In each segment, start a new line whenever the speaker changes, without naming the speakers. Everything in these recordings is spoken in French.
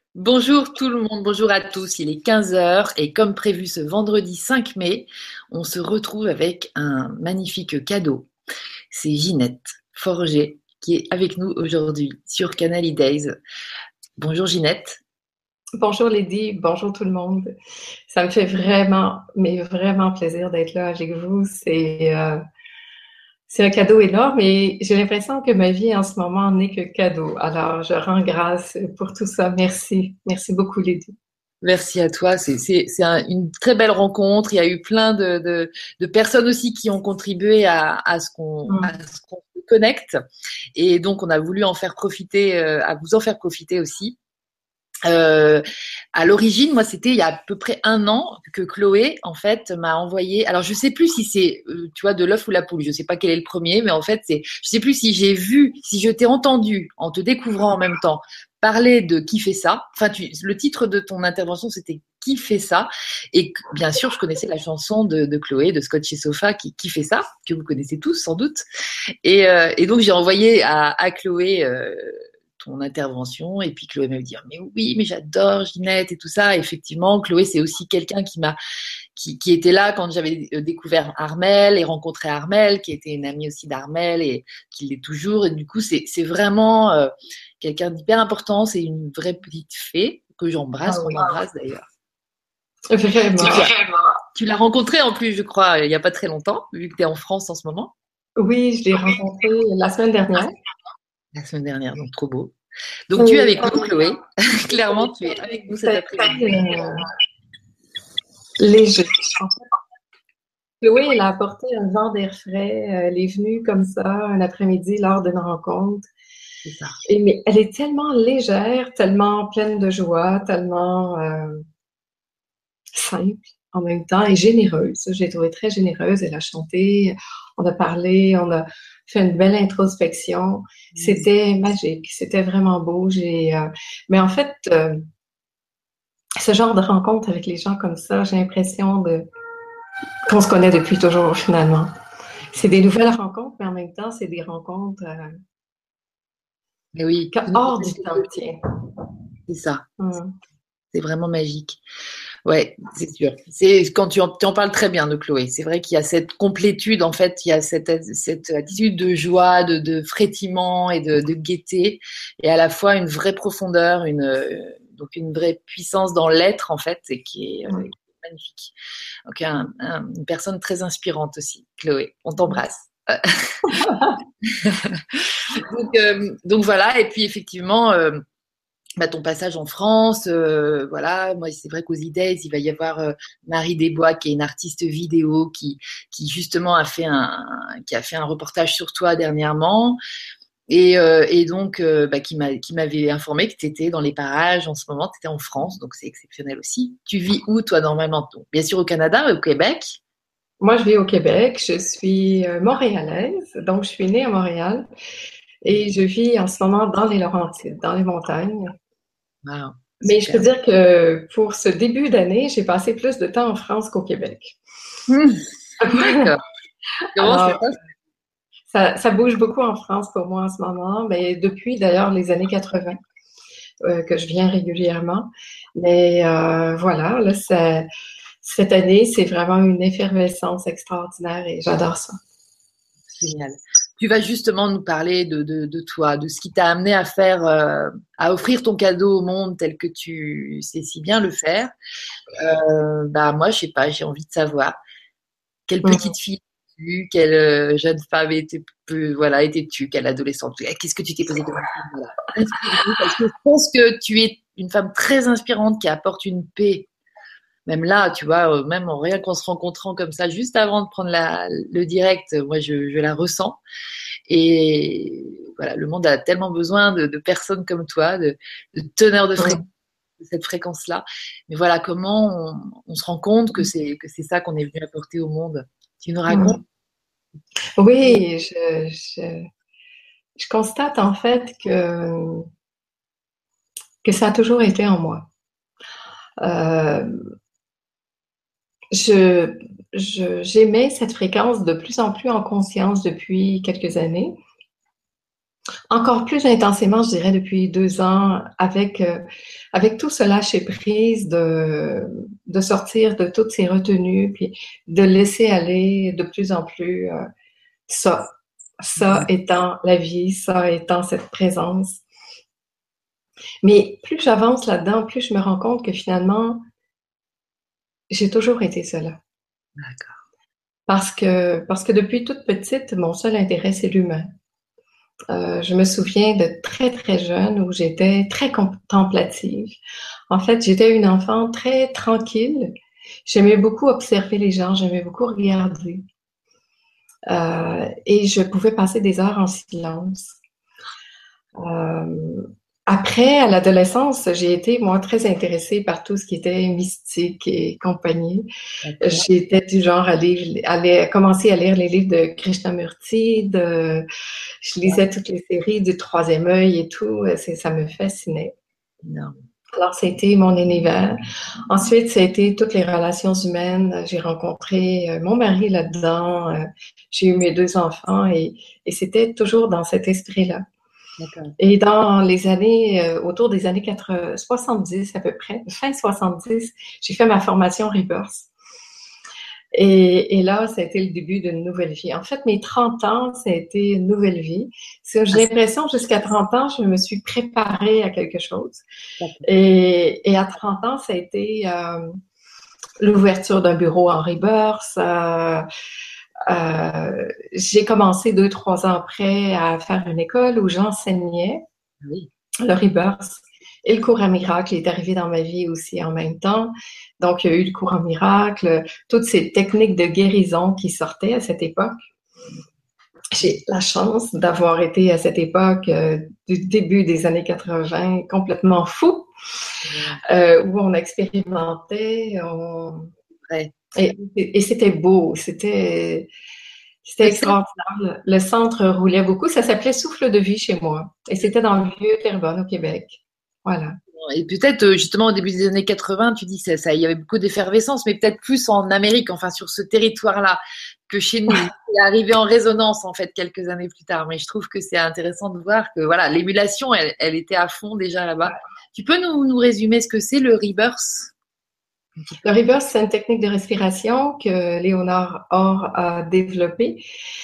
Bonjour tout le monde, bonjour à tous. Il est 15 heures et comme prévu ce vendredi 5 mai, on se retrouve avec un magnifique cadeau. C'est Ginette Forger qui est avec nous aujourd'hui sur Canal Days. Bonjour Ginette.
Bonjour Lydie, bonjour tout le monde. Ça me fait vraiment, mais vraiment plaisir d'être là avec vous. C'est un cadeau énorme et j'ai l'impression que ma vie en ce moment n'est que cadeau. Alors, je rends grâce pour tout ça. Merci. Merci beaucoup Lydie.
Merci à toi. Une très belle rencontre. Il y a eu plein de personnes aussi qui ont contribué à
Mm.
ce qu'on se connecte. Et donc, on a voulu en faire profiter, à vous en faire profiter aussi. Euh, à l'origine, moi, c'était il y a à peu près un an que Chloé, en fait, m'a envoyé. Alors, je sais plus si c'est, tu vois, de l'œuf ou la poule. Je sais pas quel est le premier, mais en fait, je sais plus si j'ai vu, si je t'ai entendu en te découvrant en même temps parler de qui fait ça. Enfin, le titre de ton intervention, c'était qui fait ça. Et bien sûr, je connaissais la chanson de Chloé, de Scott chez Sofa, qui fait ça, que vous connaissez tous sans doute. Et donc, j'ai envoyé à Chloé ton intervention. Et puis Chloé m'a dit, oh, mais oui, mais j'adore Ginette et tout ça. Et effectivement, Chloé, c'est aussi quelqu'un qui était là quand j'avais découvert Armel et rencontré Armel, qui était une amie aussi d'Armel et qui l'est toujours. Et du coup, c'est vraiment quelqu'un d'hyper important. C'est une vraie petite fée que j'embrasse,
Ah
qu'on
oui,
embrasse d'ailleurs.
vraiment.
Tu l'as rencontrée en plus, je crois, il n'y a pas très longtemps, vu que tu es en France en ce moment,
Oui, je l'ai rencontré la semaine dernière.
la semaine dernière, donc trop beau. Donc tu es
Et
avec nous, Chloé. Clairement, tu es avec nous
ça
cet
a
après-midi.
été léger. Chloé, elle a apporté un vent d'air frais. Elle est venue comme ça un après-midi lors d'une rencontre.
C'est ça.
Et, mais elle est tellement légère, tellement pleine de joie, tellement simple en même temps et généreuse. Je l'ai trouvée très généreuse. Elle a chanté, on a parlé, on a fait une belle introspection. C'était magique, c'était vraiment beau. Mais en fait, ce genre de rencontre avec les gens comme ça, j'ai l'impression qu'on se connaît depuis toujours finalement. C'est des nouvelles rencontres, mais en même temps, c'est des rencontres
Mais oui, qui nous
hors du
rappelle
temps, tiens.
c'est ça.
Hum,
C'est vraiment magique. Ouais, c'est sûr. C'est quand tu en parles très bien de Chloé. C'est vrai qu'il y a cette complétude, en fait, il y a cette attitude de joie, de frétillement et de gaieté, et à la fois une vraie profondeur, donc une vraie puissance dans l'être, en fait, et qui est
oui.
magnifique. Donc une personne très inspirante aussi, Chloé. On
Merci.
t'embrasse. Donc voilà, et puis effectivement, bah, ton passage en France, voilà, moi c'est vrai qu'aux idées, il va y avoir Marie Desbois qui est une artiste vidéo qui justement qui a fait un reportage sur toi dernièrement et donc bah, qui m'avait informé que tu étais dans les parages en ce moment, tu étais en France, donc c'est exceptionnel aussi. Tu vis où toi normalement? Donc, bien sûr au Canada, au Québec.
Moi, je vis au Québec. Je suis montréalaise, donc je suis née à Montréal et je vis en ce moment dans les Laurentides, dans les montagnes.
Wow,
Mais je peux
super.
dire que pour ce début d'année, j'ai passé plus de temps en France qu'au Québec.
D'accord. Comment c'est
Alors, ça bouge beaucoup en France pour moi en ce moment, mais depuis d'ailleurs les années 80 que je viens régulièrement. Mais voilà, là, cette année, c'est vraiment une effervescence extraordinaire et j'adore ça.
génial. Tu vas justement nous parler de toi, de ce qui t'a amené à faire, à offrir ton cadeau au monde tel que tu sais si bien le faire. Bah moi, je sais pas, j'ai envie de savoir quelle
Mm.
petite fille es-tu, quelle jeune femme voilà, étais-tu, quelle adolescente. Qu'est-ce que tu t'es posé comme question, voilà. Inspire-nous, parce que je pense que tu es une femme très inspirante qui apporte une paix. Même là, tu vois, même en rien qu'en se rencontrant comme ça, juste avant de prendre le direct, moi, je la ressens. Et voilà, le monde a tellement besoin de personnes comme toi, de teneurs
Mm.
de cette fréquence-là. Mais voilà, comment on se rend compte que c'est ça qu'on est venu apporter au monde. Tu nous racontes?
Mm. Oui, je constate en fait que ça a toujours été en moi. Euh, je, j'émets cette fréquence de plus en plus en conscience depuis quelques années. Encore plus intensément, je dirais, depuis 2 ans, avec tout ce lâcher-prise de sortir de toutes ces retenues, puis de laisser aller de plus en plus ça, ça étant la vie, ça étant cette présence. Mais plus j'avance là-dedans, plus je me rends compte que finalement, j'ai toujours été cela.
D'accord.
Parce que depuis toute petite, mon seul intérêt, c'est l'humain. Je me souviens de très, très jeune où j'étais très contemplative. En fait, j'étais une enfant très tranquille. J'aimais beaucoup observer les gens, j'aimais beaucoup regarder. Et je pouvais passer des heures en silence. Euh, Après, à l'adolescence, j'ai été, moi, très intéressée par tout ce qui était mystique et compagnie.
D'accord.
J'étais du genre à commencer à lire les livres de Krishnamurti, je lisais toutes les séries du Troisième Œil et tout. Ça me fascinait.
Non.
Alors, ça a été mon univers. Ensuite, ça a été toutes les relations humaines. J'ai rencontré mon mari là-dedans. J'ai eu mes 2 enfants et c'était toujours dans cet esprit-là.
D'accord.
Et dans les années, autour des années 80, 70 à peu près, fin 70, j'ai fait ma formation Rebirth. Et là, ça a été le début d'une nouvelle vie. En fait, mes 30 ans, ça a été une nouvelle vie. J'ai l'impression, jusqu'à 30 ans, je me suis préparée à quelque chose. Et à 30 ans, ça a été l'ouverture d'un bureau en Rebirth. J'ai commencé 2, 3 ans après à faire une école où j'enseignais
Oui.
le Rebirth. Et le cours en miracle est arrivé dans ma vie aussi en même temps. Donc, il y a eu le cours en miracle, toutes ces techniques de guérison qui sortaient à cette époque. J'ai la chance d'avoir été à cette époque du début des années 80 complètement fou, où on expérimentait,
Ouais.
et c'était beau, c'était extraordinaire. Le centre roulait beaucoup. Ça s'appelait Souffle de vie chez moi. Et c'était dans le vieux Terrebonne au Québec. Voilà.
Et peut-être justement au début des années 80, tu dis ça, il y avait beaucoup d'effervescence, mais peut-être plus en Amérique, enfin sur ce territoire-là, que chez nous. C'est arrivé en résonance en fait quelques années plus tard. Mais je trouve que c'est intéressant de voir que voilà, l'émulation, elle était à fond déjà là-bas. Tu peux nous résumer ce que c'est le rebirth?
Le reverse, c'est une technique de respiration que Léonard Or a développée.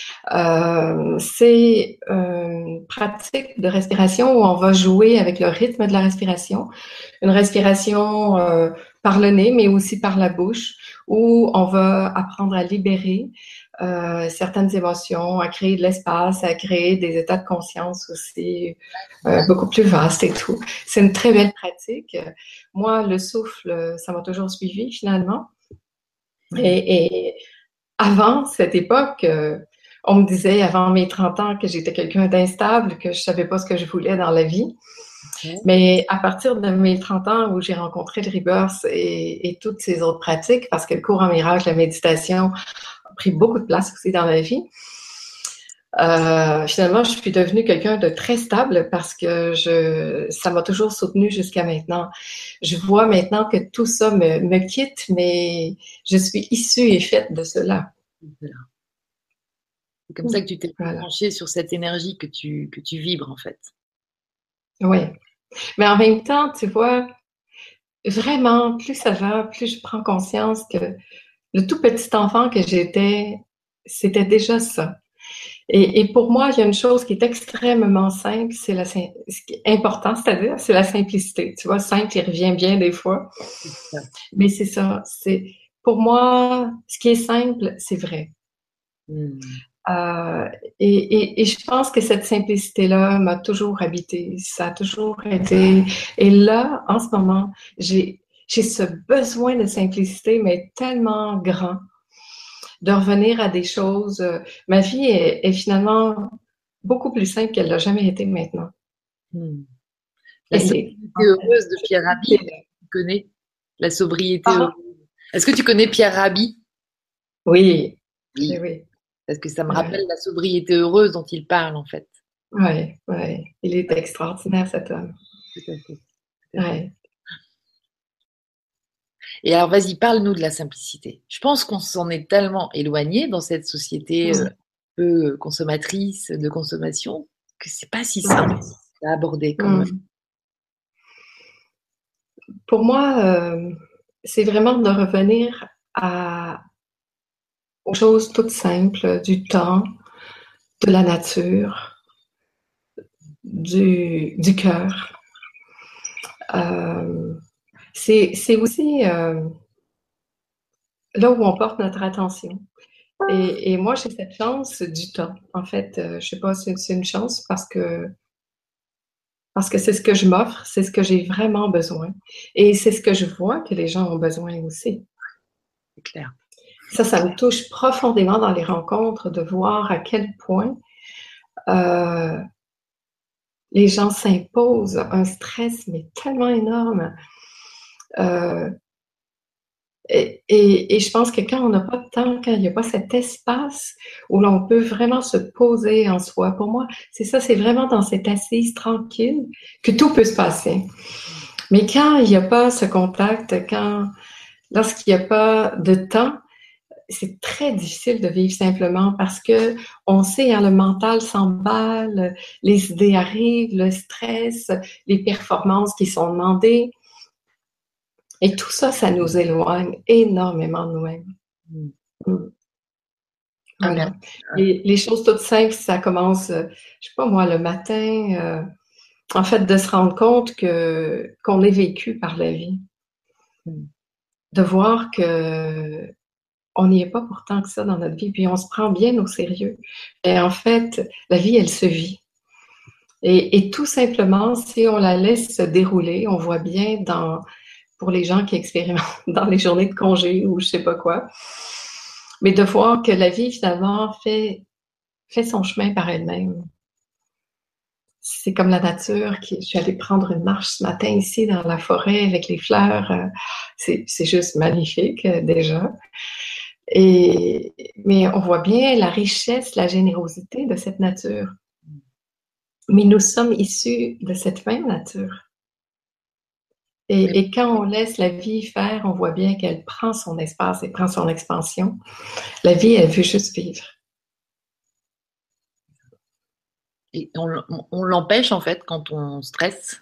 C'est une pratique de respiration où on va jouer avec le rythme de la respiration. Une respiration par le nez, mais aussi par la bouche, où on va apprendre à libérer certaines émotions, à créer de l'espace, à créer des états de conscience aussi beaucoup plus vastes et tout. C'est une très belle pratique. Moi, le souffle, ça m'a toujours suivi finalement. Et avant cette époque, on me disait avant mes 30 ans que j'étais quelqu'un d'instable, que je savais pas ce que je voulais dans la vie. Mais à partir de mes 30 ans où j'ai rencontré le Rebirth et toutes ces autres pratiques, parce que le cours en miracle, la méditation a pris beaucoup de place aussi dans ma vie, finalement, je suis devenue quelqu'un de très stable parce que ça m'a toujours soutenue jusqu'à maintenant. Je vois maintenant que tout ça me quitte, mais je suis issue et faite de cela.
C'est comme ça que tu t'es
Voilà.
branché sur cette énergie que tu vibres en fait.
Oui. Mais en même temps, tu vois, vraiment, plus ça va, plus je prends conscience que le tout petit enfant que j'étais, c'était déjà ça. Et pour moi, il y a une chose qui est extrêmement simple, ce qui est important, c'est-à-dire, c'est la simplicité. Tu vois, simple, il revient bien des fois. Mais c'est ça. Pour moi, ce qui est simple, c'est vrai. Euh, et je pense que cette simplicité-là m'a toujours habité. Ça a toujours été. Et là, en ce moment, j'ai ce besoin de simplicité, mais tellement grand, de revenir à des choses. Ma vie est finalement beaucoup plus simple qu'elle l'a jamais été maintenant.
La sobriété heureuse de Pierre Rabhi, tu connais? La sobriété heureuse. Est-ce que tu connais Pierre Rabhi?
Oui.
Oui.
Oui.
Parce que ça me rappelle la sobriété heureuse dont il parle en fait.
Oui, oui. Il est extraordinaire cet homme.
Tout à fait.
Ouais.
Et alors, vas-y, parle-nous de la simplicité. Je pense qu'on s'en est tellement éloigné dans cette société peu consommatrice de consommation. que c'est pas si simple à aborder quand même.
Pour moi, c'est vraiment de revenir aux choses toutes simples, du temps, de la nature, du cœur. C'est aussi là où on porte notre attention. Et moi, j'ai cette chance du temps. En fait, je sais pas si c'est une chance parce que c'est ce que je m'offre, c'est ce que j'ai vraiment besoin. Et c'est ce que je vois que les gens ont besoin aussi.
C'est clair.
Ça me touche profondément dans les rencontres de voir à quel point les gens s'imposent un stress, mais tellement énorme. Et je pense que quand on n'a pas de temps, quand il n'y a pas cet espace où l'on peut vraiment se poser en soi, pour moi, c'est ça, c'est vraiment dans cette assise tranquille que tout peut se passer. Mais quand il n'y a pas ce contact, lorsqu'il n'y a pas de temps, c'est très difficile de vivre simplement parce que on sait, hein, le mental s'emballe, les idées arrivent, le stress, les performances qui sont demandées. Et tout ça, ça nous éloigne énormément de nous-mêmes. Voilà. Et les choses toutes simples, ça commence, je sais pas moi, le matin, en fait, de se rendre compte qu'on est vécu par la vie. De voir que on n'y est pas pourtant que ça dans notre vie, puis on se prend bien au sérieux. Et en fait, la vie, elle se vit. Et tout simplement, si on la laisse se dérouler, on voit bien pour les gens qui expérimentent dans les journées de congé ou je sais pas quoi, mais de voir que la vie, finalement, fait son chemin par elle-même. C'est comme la nature. Je suis allée prendre une marche ce matin ici dans la forêt avec les fleurs. C'est juste magnifique déjà. Mais on voit bien la richesse, la générosité de cette nature. Mais nous sommes issus de cette même nature. Et quand on laisse la vie faire, on voit bien qu'elle prend son espace et prend son expansion. La vie, elle veut juste vivre.
Et on l'empêche, en fait, quand on stresse.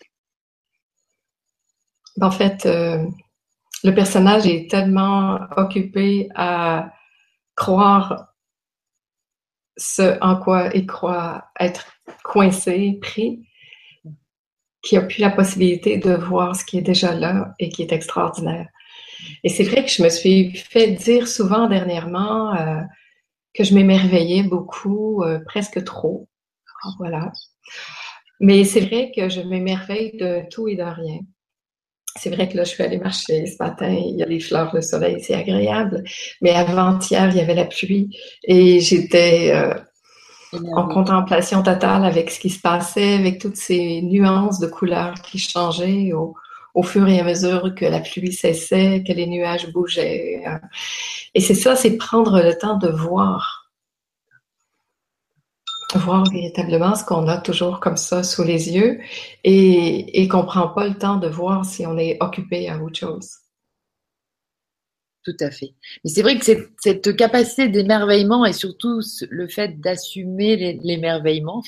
En fait, le personnage est tellement occupé à croire ce en quoi il croit être coincé, pris, qu'il n'a plus la possibilité de voir ce qui est déjà là et qui est extraordinaire. Et c'est vrai que je me suis fait dire souvent dernièrement que je m'émerveillais beaucoup, presque trop. Voilà. Mais c'est vrai que je m'émerveille de tout et de rien. C'est vrai que là, je suis allée marcher ce matin, il y a les fleurs, le soleil, c'est agréable. Mais avant-hier, il y avait la pluie et j'étais en contemplation totale avec ce qui se passait, avec toutes ces nuances de couleurs qui changeaient au fur et à mesure que la pluie cessait, que les nuages bougeaient. Et c'est ça, c'est prendre le temps de voir véritablement ce qu'on a toujours comme ça sous les yeux et qu'on ne prend pas le temps de voir si on est occupé à autre chose.
Tout à fait. Mais c'est vrai que cette capacité d'émerveillement et surtout le fait d'assumer l'émerveillement,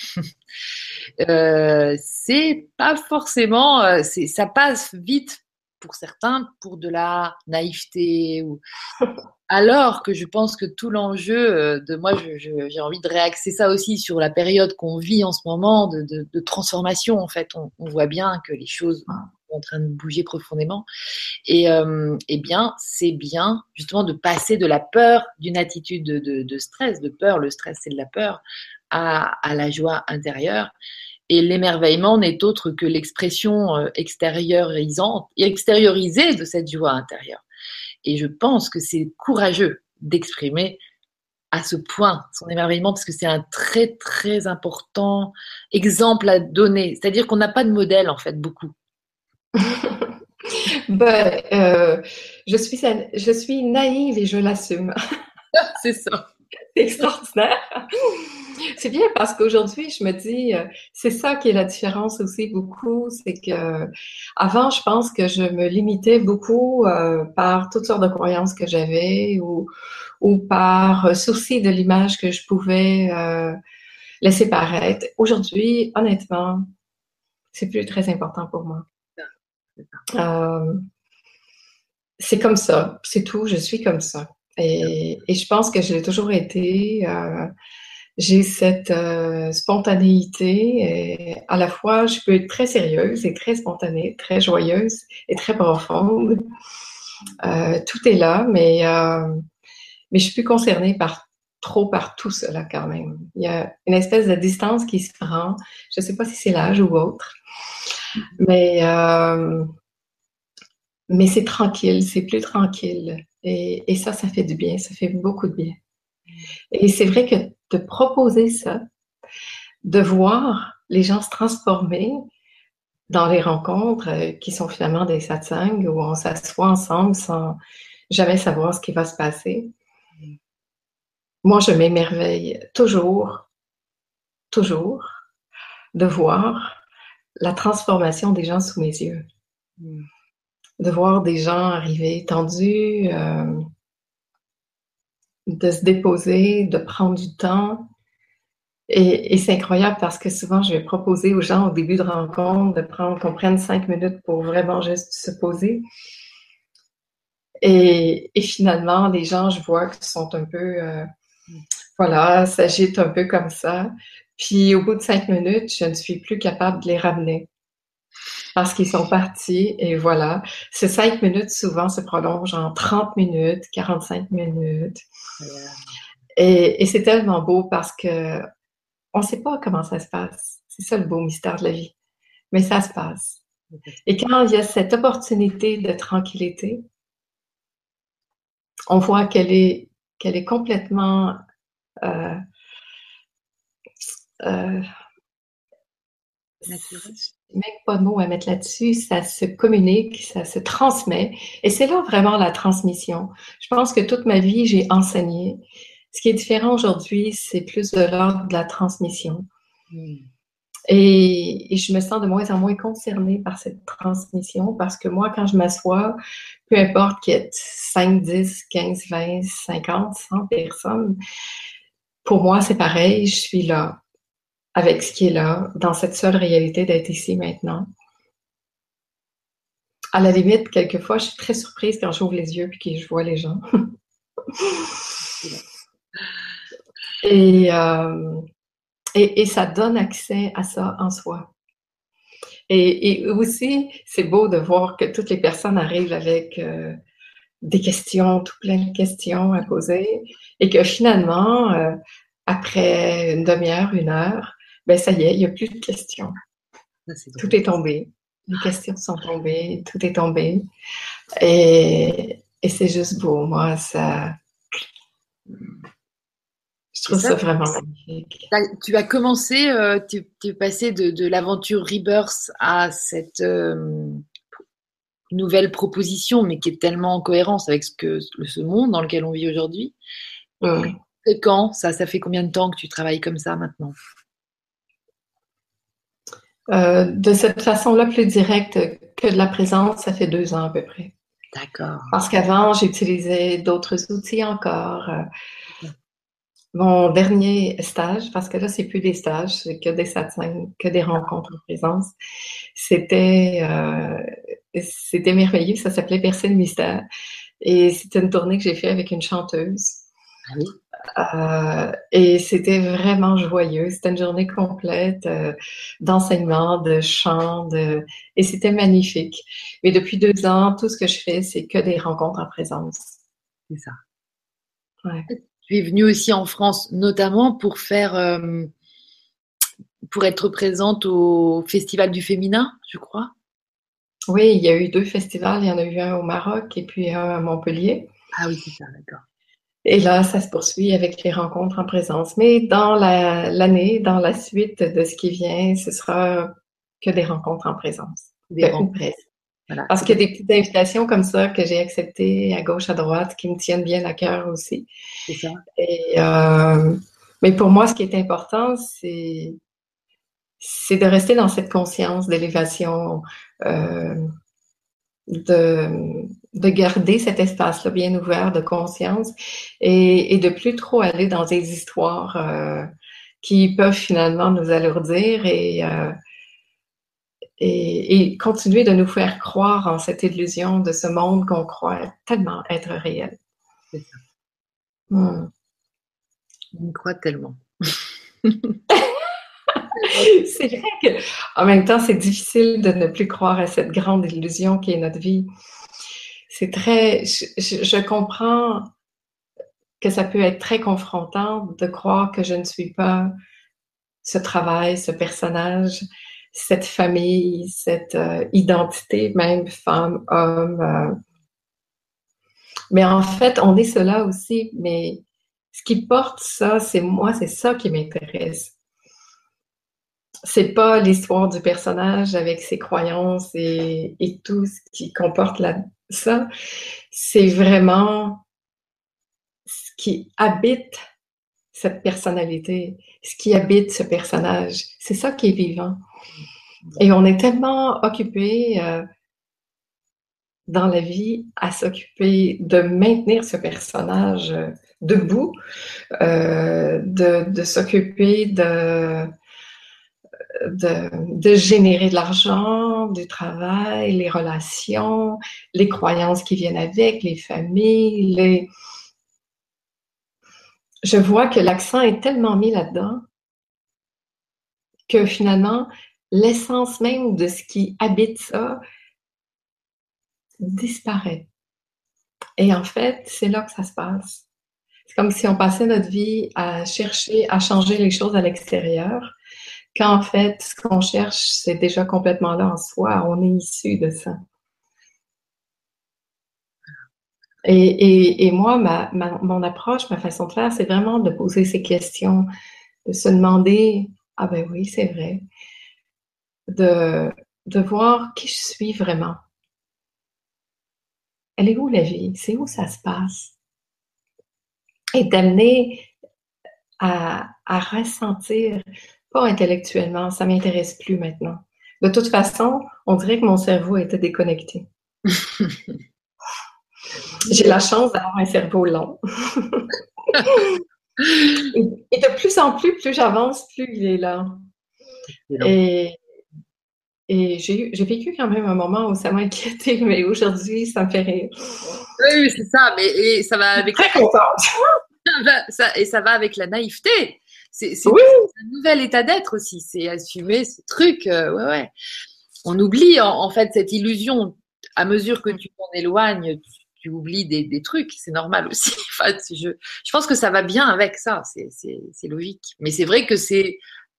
c'est pas forcément, ça passe vite pour certains pour de la naïveté alors que je pense que tout l'enjeu de moi, j'ai envie de réaxer ça aussi sur la période qu'on vit en ce moment de transformation. En fait, on voit bien que les choses sont en train de bouger profondément. Et bien, c'est bien justement de passer de la peur, d'une attitude de stress, de peur. Le stress, c'est de la peur, à la joie intérieure. Et l'émerveillement n'est autre que l'expression extériorisée de cette joie intérieure. Et je pense que c'est courageux d'exprimer à ce point son émerveillement parce que c'est un très, très important exemple à donner. C'est-à-dire qu'on n'a pas de modèle, en fait, beaucoup.
Je suis naïve et je l'assume.
C'est ça.
C'est extraordinaire. C'est bien parce qu'aujourd'hui, je me dis, c'est ça qui est la différence aussi beaucoup, c'est que avant, je pense que je me limitais beaucoup par toutes sortes de croyances que j'avais ou par souci de l'image que je pouvais laisser paraître. Aujourd'hui, honnêtement, c'est plus très important pour moi. Euh, c'est comme ça, c'est tout, je suis comme ça. Et je pense que je l'ai toujours été. J'ai cette spontanéité. Et à la fois, je peux être très sérieuse et très spontanée, très joyeuse et très profonde. Tout est là, mais je suis plus concernée par tout cela quand même. Il y a une espèce de distance qui se prend. Je ne sais pas si c'est l'âge ou autre, mais c'est tranquille, c'est plus tranquille. Et ça fait du bien, ça fait beaucoup de bien. Et c'est vrai que de proposer ça, de voir les gens se transformer dans les rencontres qui sont finalement des satsangs où on s'assoit ensemble sans jamais savoir ce qui va se passer. Moi, je m'émerveille toujours, toujours de voir la transformation des gens sous mes yeux. De voir des gens arriver tendus, de se déposer, de prendre du temps. Et c'est incroyable parce que souvent, je vais proposer aux gens au début de rencontre qu'on prenne 5 minutes pour vraiment juste se poser. Et finalement, les gens, je vois qu'ils sont un peu, s'agitent un peu comme ça. Puis au bout de 5 minutes, je ne suis plus capable de les ramener parce qu'ils sont partis et voilà. Ces 5 minutes, souvent, se prolongent en 30 minutes, 45 minutes. Et c'est tellement beau parce que on ne sait pas comment ça se passe. C'est ça le beau mystère de la vie. Mais ça se passe. Et quand il y a cette opportunité de tranquillité, on voit qu'elle est complètement même pas de mots à mettre là-dessus, ça se communique, ça se transmet. Et c'est là vraiment la transmission. Je pense que toute ma vie, j'ai enseigné. Ce qui est différent aujourd'hui, c'est plus de l'ordre de la transmission. Et je me sens de moins en moins concernée par cette transmission parce que moi, quand je m'assois, peu importe qu'il y ait 5, 10, 15, 20, 50, 100 personnes, pour moi, c'est pareil, je suis là, avec ce qui est là, dans cette seule réalité d'être ici maintenant. À la limite, quelquefois, je suis très surprise quand j'ouvre les yeux et que je vois les gens. Et ça donne accès à ça en soi. Et aussi, c'est beau de voir que toutes les personnes arrivent avec des questions, tout plein de questions à poser, et que finalement, après une demi-heure, 1 heure, ben ça y est, il n'y a plus de questions. Tout est tombé. Les questions sont tombées, tout est tombé. Et c'est juste beau, moi, ça... Je trouve ça vraiment magnifique.
Tu as commencé, tu es passé de l'aventure Rebirth à cette nouvelle proposition, mais qui est tellement en cohérence avec ce monde dans lequel on vit aujourd'hui. Et quand ça fait combien de temps que tu travailles comme ça maintenant?
De cette façon-là, plus directe que de la présence, ça fait 2 ans à peu près.
D'accord.
Parce qu'avant, j'utilisais d'autres outils encore. Mon dernier stage, parce que là, c'est plus des stages, c'est que des satsangs, que des rencontres en présence. C'était merveilleux, ça s'appelait Percer le mystère. Et c'était une tournée que j'ai faite avec une chanteuse. Et c'était vraiment joyeux. C'était une journée complète d'enseignement, de chant, et c'était magnifique. Mais depuis 2 ans, tout ce que je fais, c'est que des rencontres en présence.
C'est ça.
Ouais.
Tu es venue aussi en France, notamment pour être présente au Festival du Féminin, je crois.
Oui, il y a eu 2 festivals. Il y en a eu un au Maroc et puis un à Montpellier.
Ah oui, c'est ça, d'accord.
Et là, ça se poursuit avec les rencontres en présence. Mais dans l'année, dans la suite de ce qui vient, ce sera que des rencontres en présence.
Des rencontres.
Voilà. Parce qu'il y a des petites invitations comme ça que j'ai acceptées à gauche, à droite, qui me tiennent bien à cœur aussi.
C'est ça.
Et, mais pour moi, ce qui est important, c'est de rester dans cette conscience d'élévation, de garder cet espace-là bien ouvert de conscience et de plus trop aller dans des histoires qui peuvent finalement nous alourdir et continuer de nous faire croire en cette illusion de ce monde qu'on croit tellement être réel.
C'est ça.
Hmm.
On y croit tellement.
C'est vrai que, en même temps, c'est difficile de ne plus croire à cette grande illusion qui est notre vie. C'est très, je comprends que ça peut être très confrontant de croire que je ne suis pas ce travail, ce personnage, cette famille, cette identité, même femme, homme. Mais en fait, on est cela aussi. Mais ce qui porte ça, c'est moi, c'est ça qui m'intéresse. C'est pas l'histoire du personnage avec ses croyances et tout ce qui comporte ça. C'est vraiment ce qui habite cette personnalité, ce qui habite ce personnage. C'est ça qui est vivant. Et on est tellement occupé dans la vie à s'occuper de maintenir ce personnage debout, de s'occuper de générer de l'argent, du travail, les relations, les croyances qui viennent avec, les familles. Je vois que l'accent est tellement mis là-dedans que finalement, l'essence même de ce qui habite ça disparaît. Et en fait, c'est là que ça se passe. C'est comme si on passait notre vie à chercher à changer les choses à l'extérieur, quand en fait, ce qu'on cherche, c'est déjà complètement là en soi. On est issu de ça. Et moi, mon approche, ma façon de faire, c'est vraiment de poser ces questions, de se demander, ah ben oui, c'est vrai, de voir qui je suis vraiment. Elle est où la vie? C'est où ça se passe? Et d'amener à ressentir, pas intellectuellement, ça m'intéresse plus maintenant. De toute façon, on dirait que mon cerveau était déconnecté. J'ai la chance d'avoir un cerveau long. Et de plus en plus j'avance, plus il est là. Et, et j'ai vécu quand même un moment où ça m'a inquiété, mais aujourd'hui, ça me fait rire.
Oui, c'est ça, mais et ça va avec
Très contente.
et ça va avec la naïveté. C'est
Oui.
un nouvel état d'être aussi. C'est assumer ce truc. Ouais, ouais. On oublie en fait cette illusion. À mesure que tu t'en éloignes, tu oublies des trucs. C'est normal aussi. Enfin, je pense que ça va bien avec ça. C'est logique. Mais c'est vrai que c'est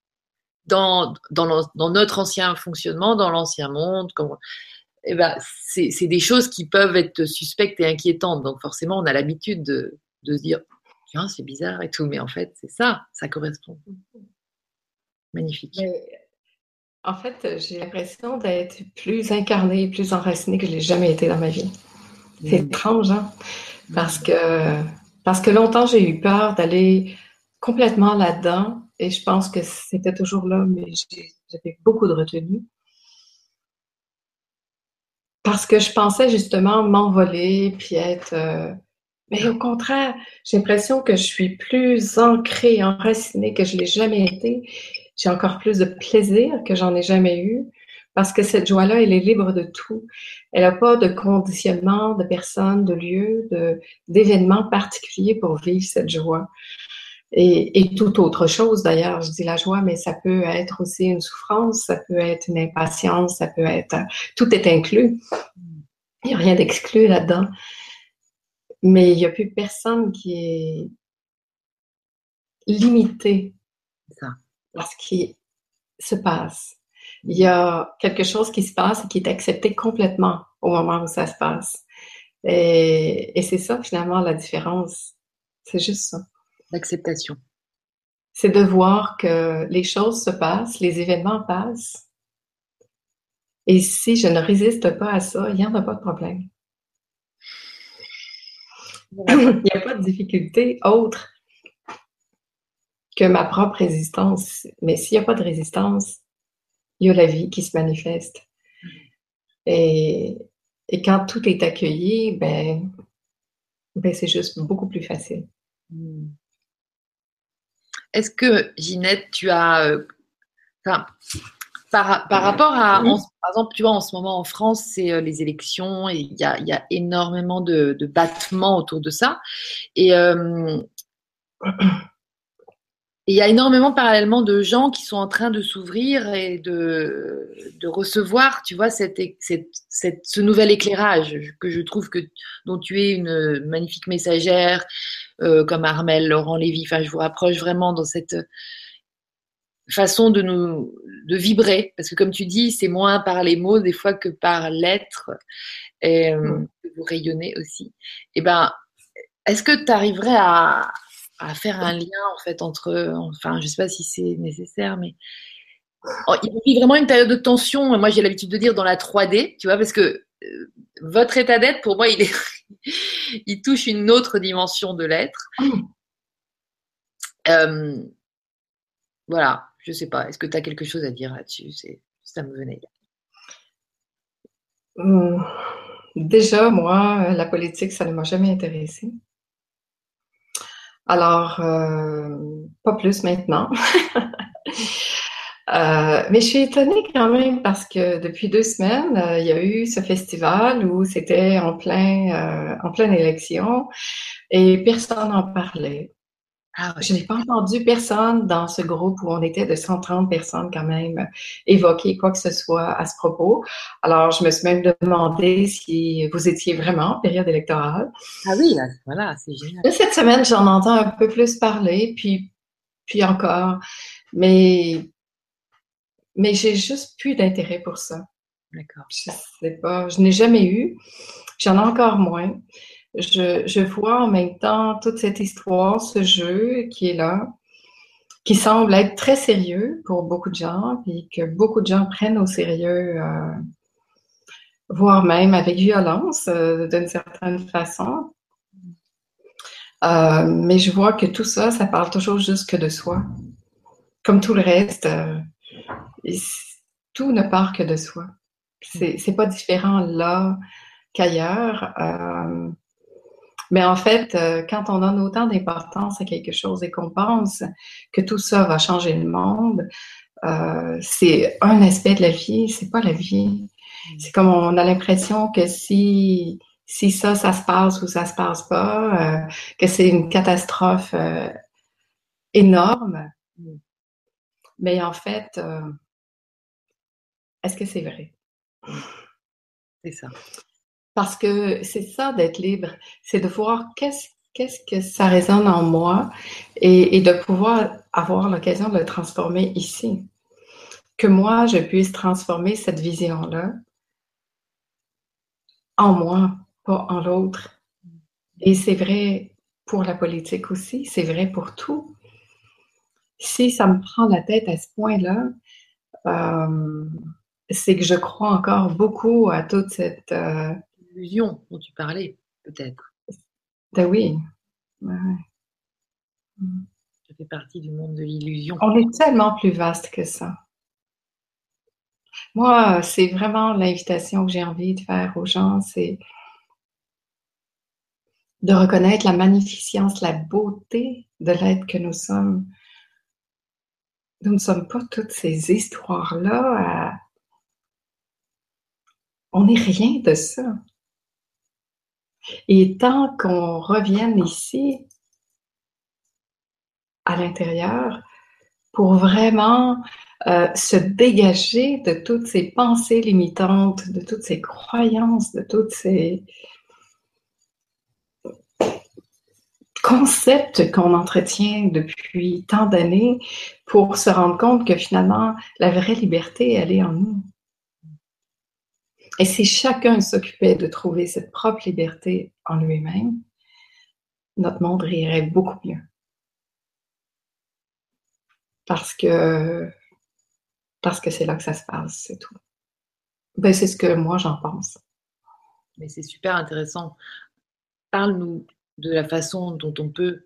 dans notre ancien fonctionnement, dans l'ancien monde, eh ben, c'est des choses qui peuvent être suspectes et inquiétantes. Donc forcément, on a l'habitude de se dire, tiens, c'est bizarre et tout. Mais en fait, c'est ça, ça correspond. Magnifique.
Mais, en fait, j'ai l'impression d'être plus incarnée, plus enracinée que je l'ai jamais été dans ma vie. C'est étrange, hein? Parce que longtemps, j'ai eu peur d'aller complètement là-dedans. Et je pense que c'était toujours là, mais j'avais beaucoup de retenue. Parce que je pensais justement m'envoler, puis être... Mais au contraire, j'ai l'impression que je suis plus ancrée, enracinée que je l'ai jamais été. J'ai encore plus de plaisir que j'en ai jamais eu. Parce que cette joie-là, elle est libre de tout. Elle n'a pas de conditionnement, de personne, de lieu, d'événements particuliers pour vivre cette joie. Et toute autre chose, d'ailleurs, je dis la joie, mais ça peut être aussi une souffrance, ça peut être une impatience, ça peut être... Tout est inclus. Il n'y a rien d'exclu là-dedans. Mais il n'y a plus personne qui est limité
Ça.
par ce qui se passe. Il y a quelque chose qui se passe et qui est accepté complètement au moment où ça se passe. Et c'est ça, finalement, la différence. C'est juste ça.
L'acceptation.
C'est de voir que les choses se passent, les événements passent. Et si je ne résiste pas à ça, il n'y en a pas de problème. Il n'y a pas de difficulté autre que ma propre résistance. Mais s'il n'y a pas de résistance, il y a la vie qui se manifeste. Et quand tout est accueilli, ben c'est juste beaucoup plus facile.
Est-ce que, Ginette, tu as, enfin, par rapport à, par exemple, tu vois, en ce moment en France, c'est les élections et il y a énormément de battements autour de ça. Et il y a énormément parallèlement de gens qui sont en train de s'ouvrir et de recevoir, tu vois, ce nouvel éclairage que je trouve dont tu es une magnifique messagère, comme Armel, Laurent Lévy. Enfin, je vous rapproche vraiment dans cette façon de vibrer, parce que comme tu dis, c'est moins par les mots des fois que par l'être, et que vous rayonnez aussi. Et ben, est-ce que tu arriverais à faire un lien en fait entre, enfin, je sais pas si c'est nécessaire, mais il vit vraiment une période de tension. Moi, j'ai l'habitude de dire dans la 3D, tu vois, parce que votre état d'être, pour moi, il touche une autre dimension de l'être. Euh, voilà, je sais pas. Est-ce que tu as quelque chose à dire là-dessus? Ça me venait.
Déjà, moi, la politique, ça ne m'a jamais intéressée. Alors, pas plus maintenant. Mais je suis étonnée quand même parce que depuis 2 semaines, il y a eu ce festival où c'était en pleine élection et personne n'en parlait.
Ah ouais.
Je n'ai pas entendu personne dans ce groupe où on était de 130 personnes quand même évoquer quoi que ce soit à ce propos. Alors, je me suis même demandé si vous étiez vraiment en période électorale.
Ah oui, là, voilà, c'est génial.
Mais cette semaine, j'en entends un peu plus parler, puis encore. Mais j'ai juste plus d'intérêt pour ça.
D'accord.
Je sais pas, je n'ai jamais eu. J'en ai encore moins. Je vois en même temps toute cette histoire, ce jeu qui est là, qui semble être très sérieux pour beaucoup de gens, puis que beaucoup de gens prennent au sérieux, voire même avec violence, d'une certaine façon. Mais je vois que tout ça, ça parle toujours juste que de soi. Comme tout le reste, tout ne part que de soi. C'est pas différent là qu'ailleurs. Mais en fait, quand on donne autant d'importance à quelque chose et qu'on pense que tout ça va changer le monde, c'est un aspect de la vie, c'est pas la vie. C'est comme on a l'impression que si ça se passe ou ça se passe pas, que c'est une catastrophe énorme. Mais en fait, est-ce que c'est vrai?
C'est ça.
Parce que c'est ça d'être libre, c'est de voir qu'est-ce que ça résonne en moi et de pouvoir avoir l'occasion de le transformer ici. Que moi, je puisse transformer cette vision-là en moi, pas en l'autre. Et c'est vrai pour la politique aussi, c'est vrai pour tout. Si ça me prend la tête à ce point-là, c'est que je crois encore beaucoup à toute cette...
Illusion dont tu parlais, peut-être.
Ben oui. Ouais.
Ça fait partie du monde de l'illusion.
On est tellement plus vaste que ça. Moi, c'est vraiment l'invitation que j'ai envie de faire aux gens, c'est de reconnaître la magnificence, la beauté de l'être que nous sommes. Nous ne sommes pas toutes ces histoires-là. On n'est rien de ça. Et tant qu'on revienne ici, à l'intérieur, pour vraiment se dégager de toutes ces pensées limitantes, de toutes ces croyances, de toutes ces concepts qu'on entretient depuis tant d'années, pour se rendre compte que finalement, la vraie liberté, elle est en nous. Et si chacun s'occupait de trouver cette propre liberté en lui-même, notre monde irait beaucoup mieux. Parce que c'est là que ça se passe, c'est tout. Ben, c'est ce que moi j'en pense.
Mais c'est super intéressant. Parle-nous de la façon dont on peut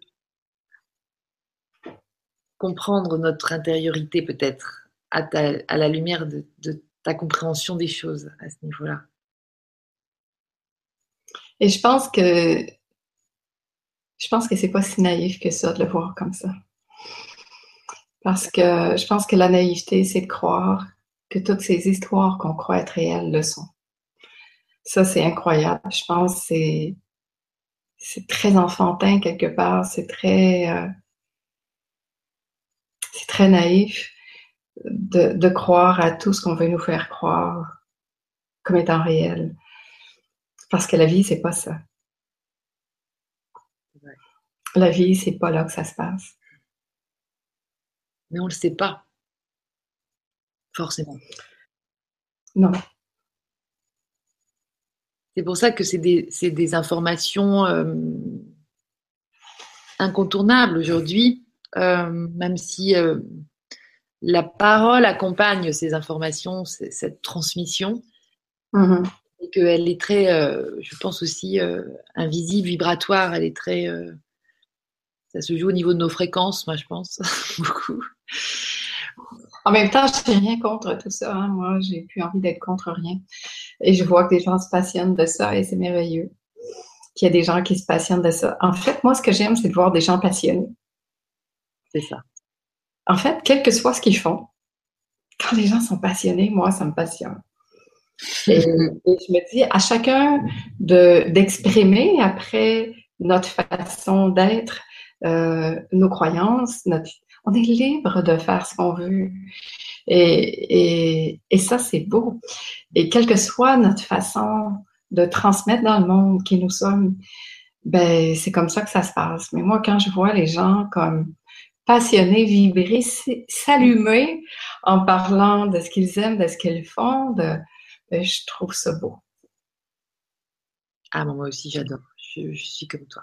comprendre notre intériorité, peut-être, à la lumière de ta compréhension des choses à ce niveau-là.
Et je pense que c'est pas si naïf que ça de le voir comme ça. Parce que je pense que la naïveté, c'est de croire que toutes ces histoires qu'on croit être réelles le sont. Ça, c'est incroyable. Je pense que c'est très enfantin quelque part. C'est très naïf de croire à tout ce qu'on veut nous faire croire comme étant réel. Parce que la vie, c'est pas ça.
Ouais.
La vie, c'est pas là que ça se passe.
Mais on le sait pas, forcément.
Non.
C'est pour ça que c'est des informations incontournables aujourd'hui, même si la parole accompagne ces informations, cette transmission,
Mm-hmm.
et qu'elle est très, je pense aussi, invisible, vibratoire. Elle est très, ça se joue au niveau de nos fréquences, moi je pense, beaucoup.
En même temps, je n'ai rien contre tout ça. Hein. Moi, j'ai plus envie d'être contre rien. Et je vois que des gens se passionnent de ça et c'est merveilleux qu'il y a des gens qui se passionnent de ça. En fait, moi, ce que j'aime, c'est de voir des gens passionnés.
C'est ça.
En fait, quel que soit ce qu'ils font, quand les gens sont passionnés, moi, ça me passionne. Et je me dis, à chacun d'exprimer après notre façon d'être, nos croyances, on est libre de faire ce qu'on veut. Et ça, c'est beau. Et quelle que soit notre façon de transmettre dans le monde qui nous sommes, ben, c'est comme ça que ça se passe. Mais moi, quand je vois les gens comme passionnés, vibrer, s'allumer en parlant de ce qu'ils aiment, de ce qu'ils font, ben, je trouve ça beau.
Ah, moi aussi, j'adore. Je suis comme toi.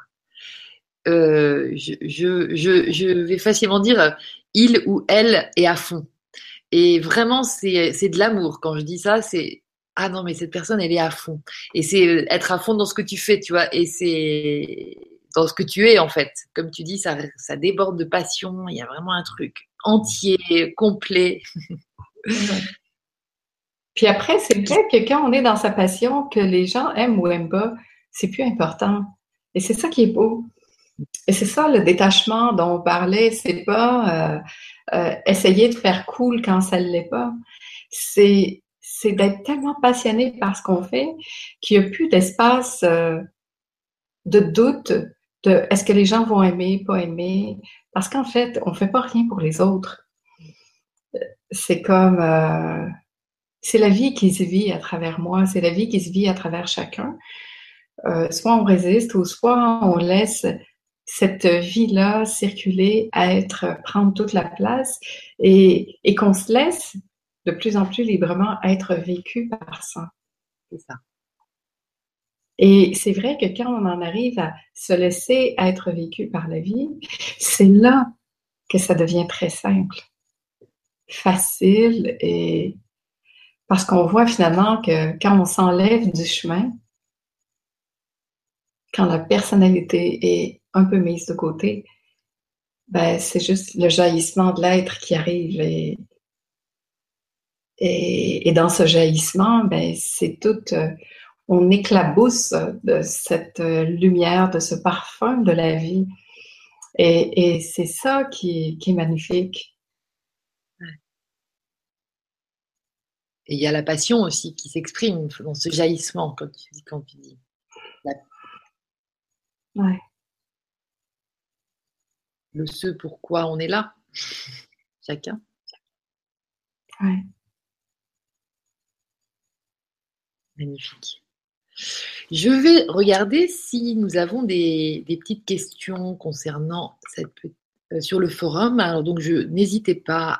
Je vais facilement dire il ou elle est à fond. Et vraiment, c'est de l'amour. Quand je dis ça, c'est ah non, mais cette personne, elle est à fond. Et c'est être à fond dans ce que tu fais, tu vois. Et c'est dans ce que tu es, en fait. Comme tu dis, ça déborde de passion. Il y a vraiment un truc entier, complet.
Ouais. Puis après, c'est vrai que quand on est dans sa passion, que les gens aiment ou aiment pas, c'est plus important. Et c'est ça qui est beau. Et c'est ça le détachement dont on parlait. C'est pas essayer de faire cool quand ça ne l'est pas. C'est d'être tellement passionné par ce qu'on fait qu'il n'y a plus d'espace de doute de est-ce que les gens vont aimer, pas aimer. Parce qu'en fait, on ne fait pas rien pour les autres. C'est comme c'est la vie qui se vit à travers moi, c'est la vie qui se vit à travers chacun. Soit on résiste ou soit on laisse cette vie-là circuler, prendre toute la place et qu'on se laisse de plus en plus librement être vécu par ça.
C'est ça.
Et c'est vrai que quand on en arrive à se laisser être vécu par la vie, c'est là que ça devient très simple, facile et parce qu'on voit finalement que quand on s'enlève du chemin, quand la personnalité est un peu mise de côté, ben, c'est juste le jaillissement de l'être qui arrive. Et dans ce jaillissement, ben, c'est tout, on éclabousse de cette lumière, de ce parfum de la vie. Et c'est ça qui est magnifique.
Et il y a la passion aussi qui s'exprime dans ce jaillissement, quand tu dis.
Ouais.
Le ce pourquoi on est là, chacun.
Ouais.
Magnifique. Je vais regarder si nous avons des petites questions concernant sur le forum. Alors donc, n'hésitez pas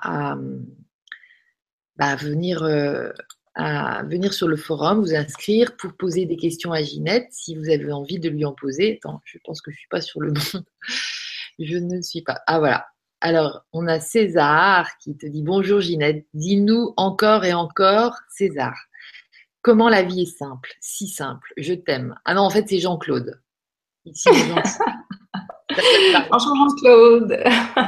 à venir sur le forum, vous inscrire pour poser des questions à Ginette si vous avez envie de lui en poser. Attends, je pense que je suis pas sur le bon. Je ne suis pas. Ah voilà. Alors, on a César qui te dit bonjour Ginette. Dis-nous encore et encore, César. Comment la vie est simple, si simple. Je t'aime. Ah non, en fait, c'est Jean-Claude. Ici, les gens.
Bonjour Jean-Claude.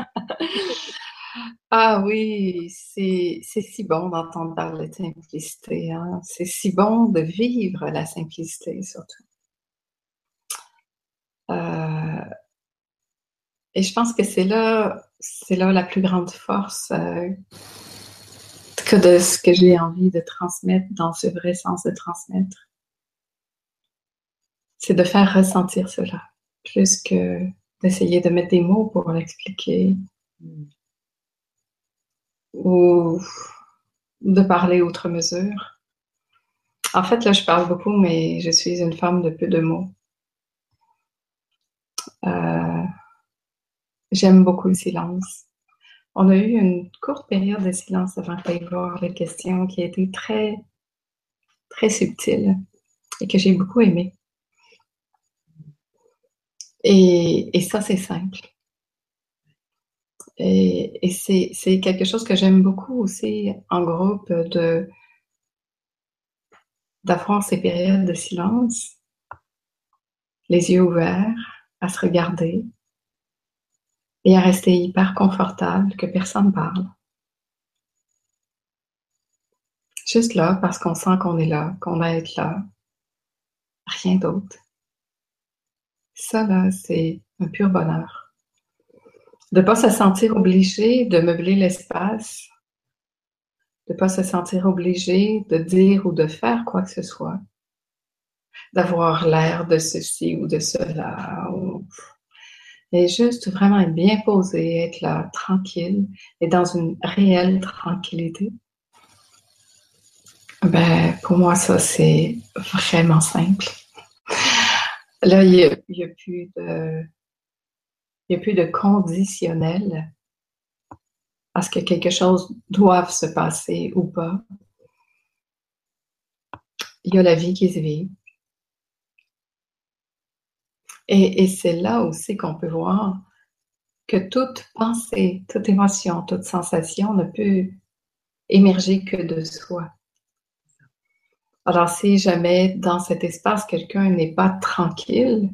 Ah oui, c'est si bon d'entendre parler de simplicité. Hein? C'est si bon de vivre la simplicité surtout. Et je pense que c'est là la plus grande force que de ce que j'ai envie de transmettre dans ce vrai sens de transmettre. C'est de faire ressentir cela, plus que d'essayer de mettre des mots pour l'expliquer ou de parler outre mesure. En fait, là, je parle beaucoup, mais je suis une femme de peu de mots. J'aime beaucoup le silence. On a eu une courte période de silence avant d'aller voir les questions qui a été très, très subtile et que j'ai beaucoup aimé. Et ça, c'est simple. Et c'est quelque chose que j'aime beaucoup aussi en groupe, d'avoir ces périodes de silence, les yeux ouverts, à se regarder et à rester hyper confortable, que personne parle. Juste là, parce qu'on sent qu'on est là, qu'on va être là. Rien d'autre. Ça, là, c'est un pur bonheur. De ne pas se sentir obligé de meubler l'espace, de ne pas se sentir obligé de dire ou de faire quoi que ce soit, d'avoir l'air de ceci ou de cela, et juste vraiment être bien posé, être là, tranquille, et dans une réelle tranquillité. Ben, pour moi, ça, c'est vraiment simple. Là, il y a plus de conditionnel à ce que quelque chose doive se passer ou pas. Il y a la vie qui se vit. Et c'est là aussi qu'on peut voir que toute pensée, toute émotion, toute sensation ne peut émerger que de soi. Alors, si jamais dans cet espace, quelqu'un n'est pas tranquille,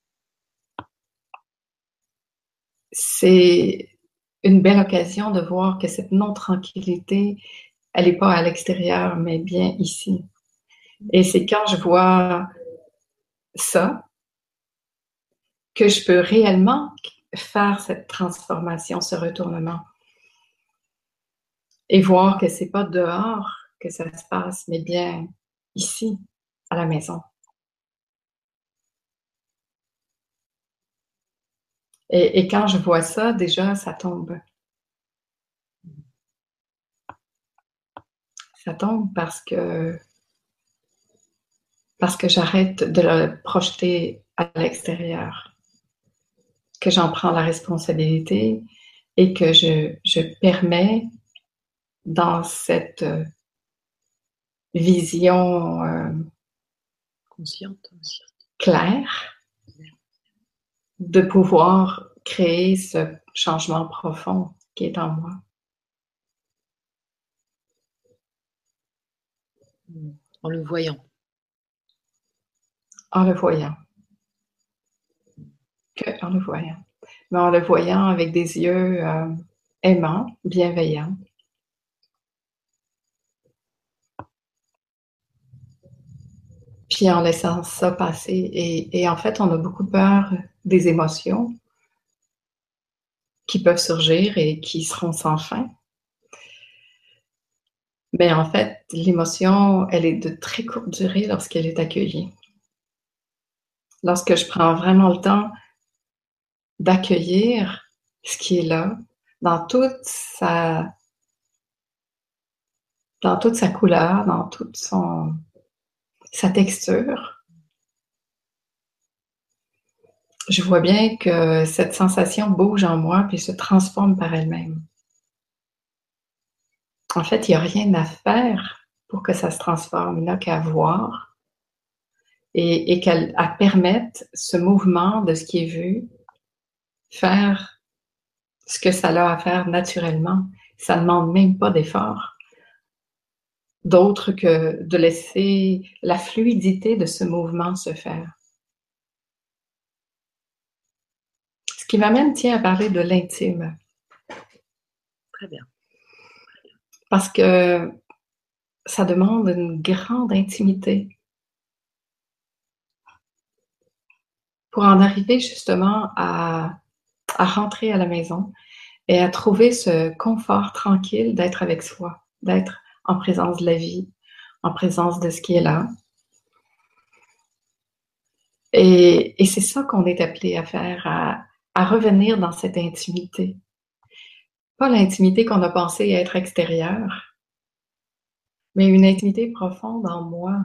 c'est une belle occasion de voir que cette non-tranquillité, elle n'est pas à l'extérieur, mais bien ici. Et c'est quand je vois ça que je peux réellement faire cette transformation, ce retournement. Et voir que c'est pas dehors que ça se passe, mais bien ici, à la maison. Et quand je vois ça, déjà, ça tombe. Ça tombe parce que j'arrête de le projeter à l'extérieur, que j'en prends la responsabilité et que je permets dans cette vision
consciente,
claire de pouvoir créer ce changement profond qui est en moi.
En le voyant.
En le voyant. Que en le voyant. Mais en le voyant avec des yeux aimants, bienveillants. Puis en laissant ça passer. Et en fait, on a beaucoup peur des émotions qui peuvent surgir et qui seront sans fin. Mais en fait, l'émotion, elle est de très courte durée lorsqu'elle est accueillie. Lorsque je prends vraiment le temps d'accueillir ce qui est là, dans toute sa couleur, dans toute sa texture, je vois bien que cette sensation bouge en moi puis se transforme par elle-même. En fait, il n'y a rien à faire pour que ça se transforme. Il n'y a qu'à voir et qu'elle permette ce mouvement de ce qui est vu faire ce que ça a à faire naturellement. Ça ne demande même pas d'effort d'autre que de laisser la fluidité de ce mouvement se faire. Ce qui m'amène, tiens, à parler de l'intime.
Très bien.
Parce que ça demande une grande intimité pour en arriver justement à à rentrer à la maison et à trouver ce confort tranquille d'être avec soi, d'être en présence de la vie, en présence de ce qui est là. Et c'est ça qu'on est appelé à faire, à revenir dans cette intimité. Pas l'intimité qu'on a pensé être extérieure, mais une intimité profonde en moi,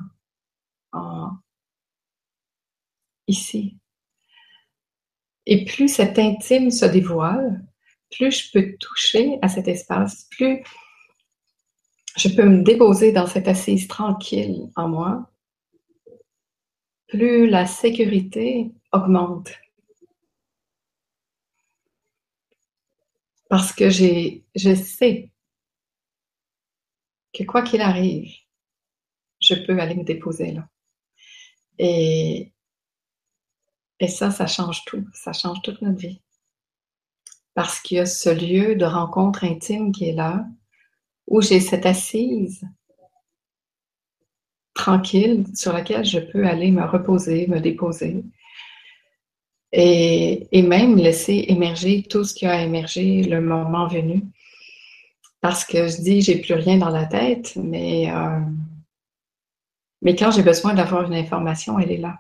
ici. Et plus cet intime se dévoile, plus je peux toucher à cet espace, plus je peux me déposer dans cette assise tranquille en moi, plus la sécurité augmente. Parce que je sais que quoi qu'il arrive, je peux aller me déposer là. Et ça change tout. Ça change toute notre vie. Parce qu'il y a ce lieu de rencontre intime qui est là, où j'ai cette assise tranquille sur laquelle je peux aller me reposer, me déposer. Et même laisser émerger tout ce qui a émergé le moment venu. Parce que je dis, j'ai plus rien dans la tête, mais quand j'ai besoin d'avoir une information, elle est là.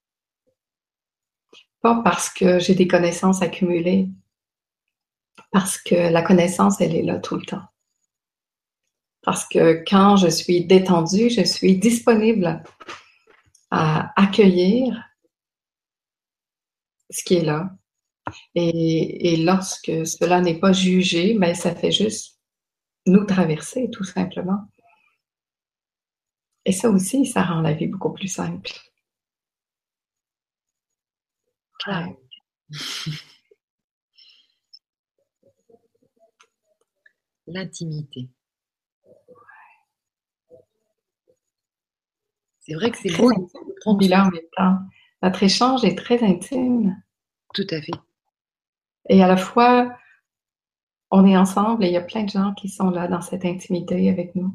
Pas parce que j'ai des connaissances accumulées, parce que la connaissance, elle est là tout le temps. Parce que quand je suis détendue, je suis disponible à accueillir ce qui est là. Et lorsque cela n'est pas jugé, ben, ça fait juste nous traverser, tout simplement. Et ça aussi, ça rend la vie beaucoup plus simple.
Ouais. L'intimité. C'est vrai que c'est beau.
Puis là, en même temps, notre échange est très intime.
Tout à fait.
Et à la fois, on est ensemble et il y a plein de gens qui sont là dans cette intimité avec nous.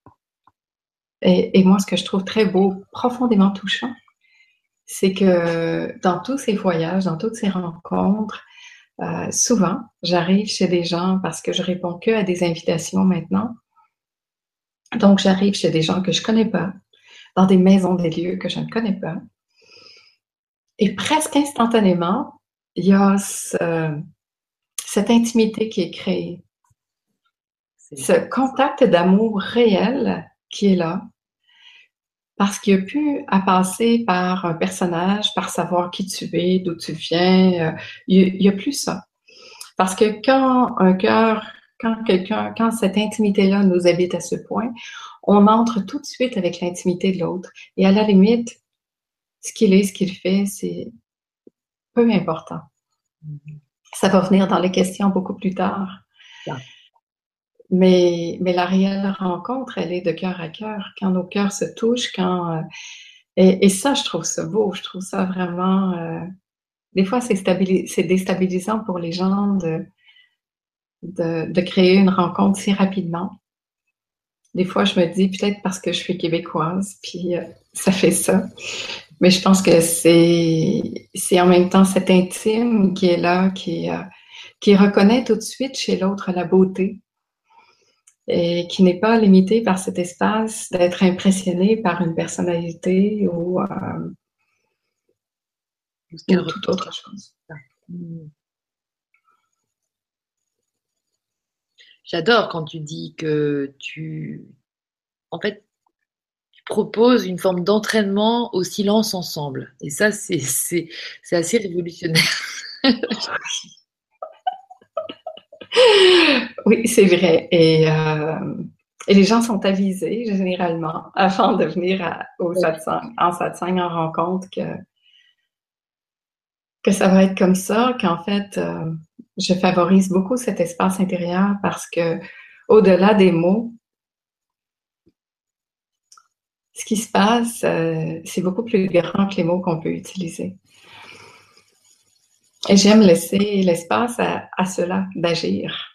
Et moi, ce que je trouve très beau, profondément touchant, c'est que dans tous ces voyages, dans toutes ces rencontres, souvent, j'arrive chez des gens parce que je réponds que à des invitations maintenant. Donc, j'arrive chez des gens que je connais pas, dans des maisons, des lieux que je ne connais pas. Et presque instantanément, il y a cette intimité qui est créée. Ce contact d'amour réel qui est là, parce qu'il n'y a plus à passer par un personnage, par savoir qui tu es, d'où tu viens. Il n'y a plus ça. Parce que quand cette intimité-là nous habite à ce point, on entre tout de suite avec l'intimité de l'autre. Et à la limite, ce qu'il est, ce qu'il fait, c'est peu important. Ça va venir dans les questions beaucoup plus tard.
Ouais.
Mais la réelle rencontre, elle est de cœur à cœur, quand nos cœurs se touchent, et ça, je trouve ça beau, je trouve ça vraiment... des fois, c'est déstabilisant pour les gens de créer une rencontre si rapidement. Des fois, je me dis, peut-être parce que je suis québécoise, puis ça fait ça. Mais je pense que c'est en même temps cet intime qui est là, qui reconnaît tout de suite chez l'autre la beauté et qui n'est pas limité par cet espace d'être impressionné par une personnalité ou toute autre chose.
J'adore quand tu dis que en fait, tu proposes une forme d'entraînement au silence ensemble. Et ça, c'est assez révolutionnaire.
Oui, c'est vrai. Et les gens sont avisés généralement avant de venir en satsang en rencontre que ça va être comme ça, qu'en fait, je favorise beaucoup cet espace intérieur parce que au-delà des mots, ce qui se passe, c'est beaucoup plus grand que les mots qu'on peut utiliser. Et j'aime laisser l'espace à cela, d'agir.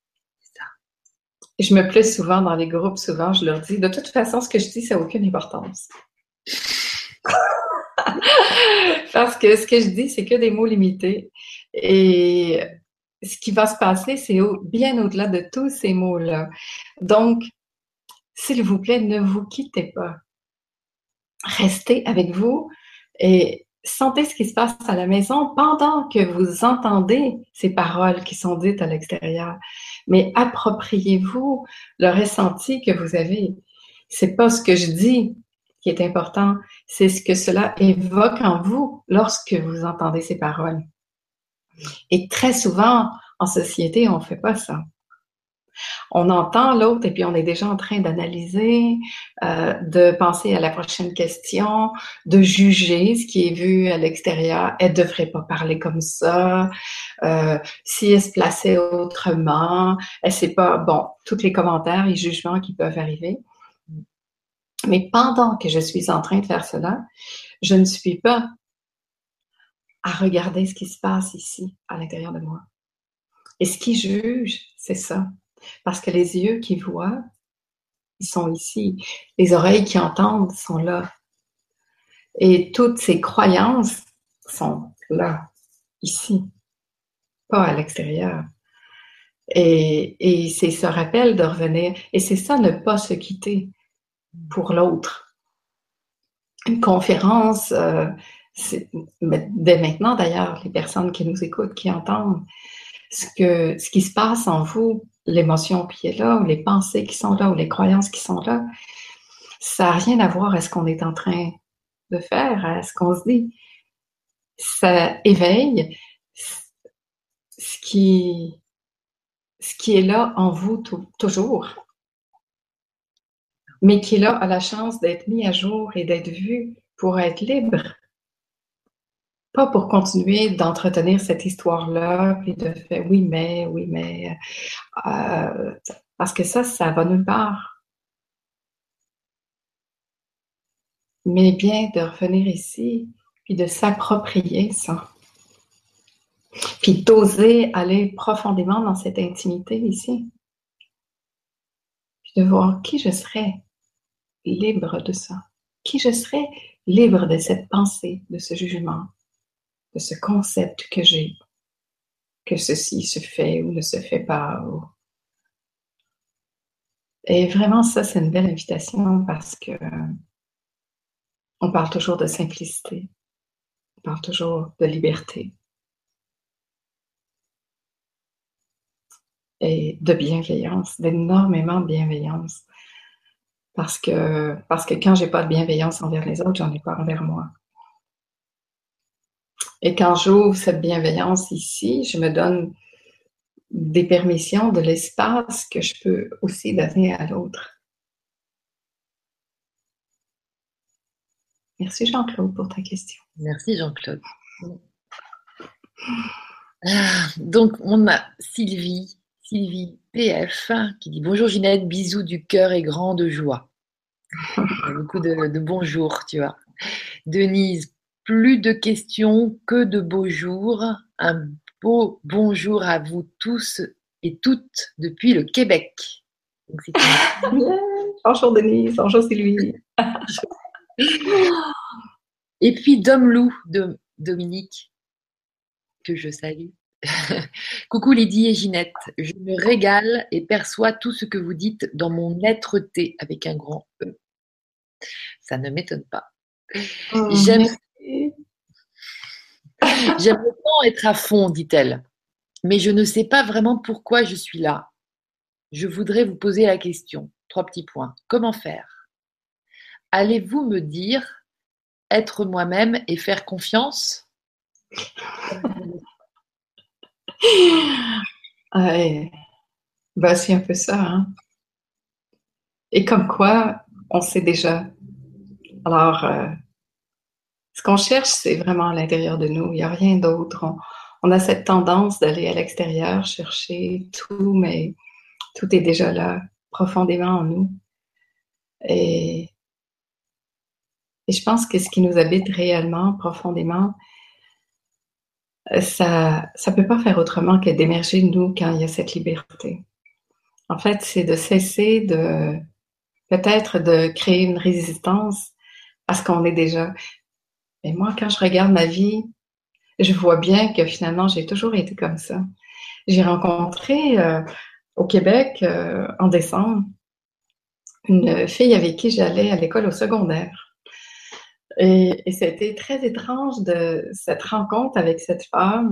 Et je me plais souvent dans les groupes, souvent je leur dis, de toute façon, ce que je dis, ça n'a aucune importance. Parce que ce que je dis, c'est que des mots limités. Et ce qui va se passer, c'est bien au-delà de tous ces mots-là. Donc, s'il vous plaît, ne vous quittez pas. Restez avec vous et sentez ce qui se passe à la maison pendant que vous entendez ces paroles qui sont dites à l'extérieur. Mais appropriez-vous le ressenti que vous avez. C'est pas ce que je dis qui est important, c'est ce que cela évoque en vous lorsque vous entendez ces paroles. Et très souvent, en société, on fait pas ça. On entend l'autre et puis on est déjà en train d'analyser, de penser à la prochaine question, de juger ce qui est vu à l'extérieur. Elle devrait pas parler comme ça. Si elle se plaçait autrement, elle sait pas. Bon, tous les commentaires et jugements qui peuvent arriver. Mais pendant que je suis en train de faire cela, je ne suis pas à regarder ce qui se passe ici, à l'intérieur de moi. Et ce qui juge, c'est ça. Parce que les yeux qui voient, ils sont ici. Les oreilles qui entendent sont là. Et toutes ces croyances sont là, ici, pas à l'extérieur. Et c'est ce rappel de revenir. Et c'est ça, ne pas se quitter pour l'autre. Une conférence, dès maintenant d'ailleurs, les personnes qui nous écoutent, qui entendent, ce qui se passe en vous, l'émotion qui est là, ou les pensées qui sont là, ou les croyances qui sont là, ça n'a rien à voir à ce qu'on est en train de faire, à ce qu'on se dit. Ça éveille ce qui est là en vous toujours, mais qui là a la chance d'être mis à jour et d'être vu pour être libre. Pas pour continuer d'entretenir cette histoire-là, puis de faire oui, mais, parce que ça va nulle part. Mais bien de revenir ici, puis de s'approprier ça. Puis d'oser aller profondément dans cette intimité ici. Puis de voir qui je serais libre de ça. Qui je serais libre de cette pensée, de ce jugement, de ce concept que j'ai, que ceci se fait ou ne se fait pas. Et vraiment, ça, c'est une belle invitation parce que on parle toujours de simplicité. On parle toujours de liberté. Et de bienveillance, d'énormément de bienveillance. Parce que quand j'ai pas de bienveillance envers les autres, j'en ai pas envers moi. Et quand j'ouvre cette bienveillance ici, je me donne des permissions, de l'espace que je peux aussi donner à l'autre. Merci Jean-Claude pour ta question.
Merci Jean-Claude. Donc, on a Sylvie PF qui dit bonjour Ginette, bisous du cœur et grand de joie. Il y a beaucoup de bonjour, tu vois. Denise, plus de questions que de beaux jours. Un beau bonjour à vous tous et toutes depuis le Québec. Donc,
bonjour Denise, bonjour Sylvie.
Et puis Dom Lou de Dominique, que je salue. Coucou Lydie et Ginette, je me régale et perçois tout ce que vous dites dans mon être-té avec un grand E. Ça ne m'étonne pas. J'aimerais tant être à fond, dit-elle, mais je ne sais pas vraiment pourquoi je suis là. Je voudrais vous poser la question. 3 petits points. Comment faire? Allez-vous me dire être moi-même et faire confiance?
C'est un peu ça. Hein? Et comme quoi, on sait déjà. Alors, ce qu'on cherche, c'est vraiment à l'intérieur de nous. Il n'y a rien d'autre. On a cette tendance d'aller à l'extérieur, chercher tout, mais tout est déjà là, profondément en nous. Et je pense que ce qui nous habite réellement, profondément, ça peut pas faire autrement que d'émerger de nous quand il y a cette liberté. En fait, c'est de cesser peut-être de créer une résistance à ce qu'on est déjà. Mais moi, quand je regarde ma vie, je vois bien que finalement, j'ai toujours été comme ça. J'ai rencontré au Québec, en décembre, une fille avec qui j'allais à l'école au secondaire. Et c'était très étrange de cette rencontre avec cette femme.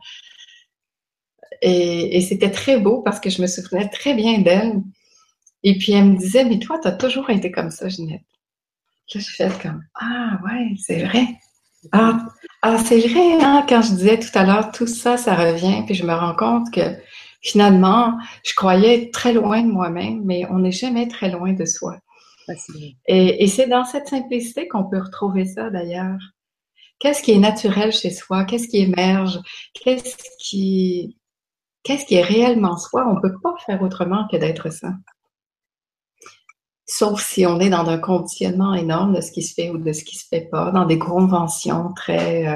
Et c'était très beau parce que je me souvenais très bien d'elle. Et puis elle me disait, mais toi, tu as toujours été comme ça, Ginette. Là, je fais comme, ah ouais, c'est vrai. Ah, c'est vrai, hein, quand je disais tout à l'heure, tout ça, ça revient, puis je me rends compte que finalement, je croyais être très loin de moi-même, mais on n'est jamais très loin de soi.
Facilement.
Et c'est dans cette simplicité qu'on peut retrouver ça d'ailleurs. Qu'est-ce qui est naturel chez soi? Qu'est-ce qui émerge? Qu'est-ce qui, qu'est-ce qui est réellement soi? On ne peut pas faire autrement que d'être ça. Sauf si on est dans un conditionnement énorme de ce qui se fait ou de ce qui se fait pas, dans des conventions très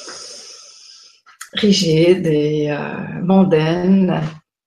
rigides et mondaines.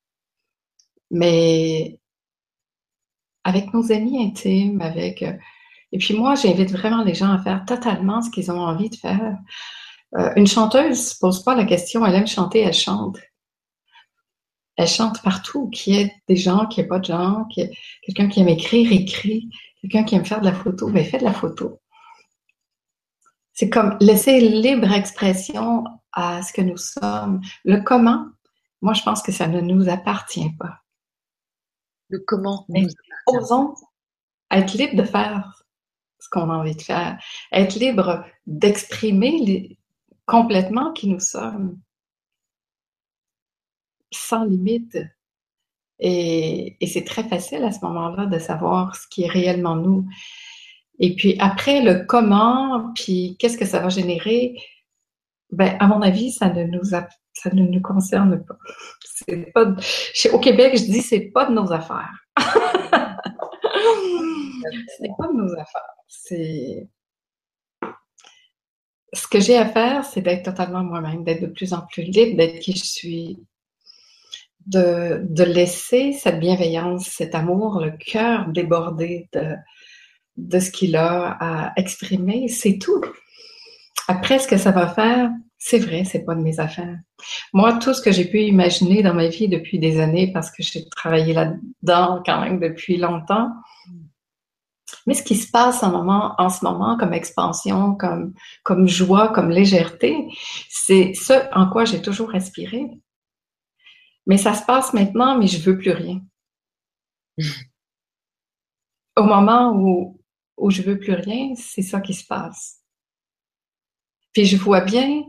Mais avec nos amis intimes, et puis moi, j'invite vraiment les gens à faire totalement ce qu'ils ont envie de faire. Une chanteuse ne se pose pas la question, elle aime chanter, elle chante. Elle chante partout, qu'il y ait des gens, qu'il n'y ait pas de gens, qu'il y ait quelqu'un qui aime écrire, écrit, quelqu'un qui aime faire de la photo, ben fait de la photo. C'est comme laisser libre expression à ce que nous sommes. Le comment, moi je pense que ça ne nous appartient pas.
Le comment
Mais
nous appartient.
osons être libre de faire ce qu'on a envie de faire, être libre d'exprimer complètement qui nous sommes, sans limite. Et c'est très facile à ce moment-là de savoir ce qui est réellement nous. Et puis après, le comment, puis qu'est-ce que ça va générer, ben, à mon avis, ça ne nous concerne pas. C'est pas au Québec, je dis c'est pas de nos affaires. Ce n'est pas de nos affaires. Ce que j'ai à faire, c'est d'être totalement moi-même, d'être de plus en plus libre, d'être qui je suis, de laisser cette bienveillance, cet amour, le cœur déborder de ce qu'il a à exprimer. C'est tout. Après, ce que ça va faire, c'est vrai, c'est pas de mes affaires. Moi, tout ce que j'ai pu imaginer dans ma vie depuis des années, parce que j'ai travaillé là-dedans quand même depuis longtemps, mais ce qui se passe en ce moment comme expansion, comme joie, comme légèreté, c'est ce en quoi j'ai toujours aspiré. Mais ça se passe maintenant, mais je veux plus rien. Au moment où je veux plus rien, c'est ça qui se passe. Puis je vois bien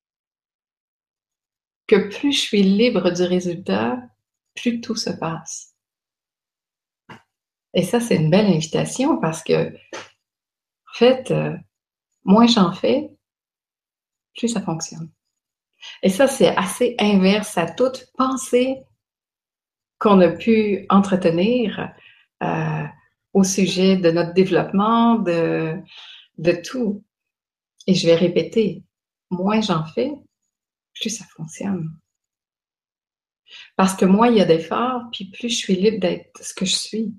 que plus je suis libre du résultat, plus tout se passe. Et ça, c'est une belle invitation parce que, en fait, moins j'en fais, plus ça fonctionne. Et ça, c'est assez inverse à toute pensée qu'on a pu entretenir euh, au sujet de notre développement, de tout. Et je vais répéter, moins j'en fais, plus ça fonctionne. Parce que moins il y a d'efforts, puis plus je suis libre d'être ce que je suis.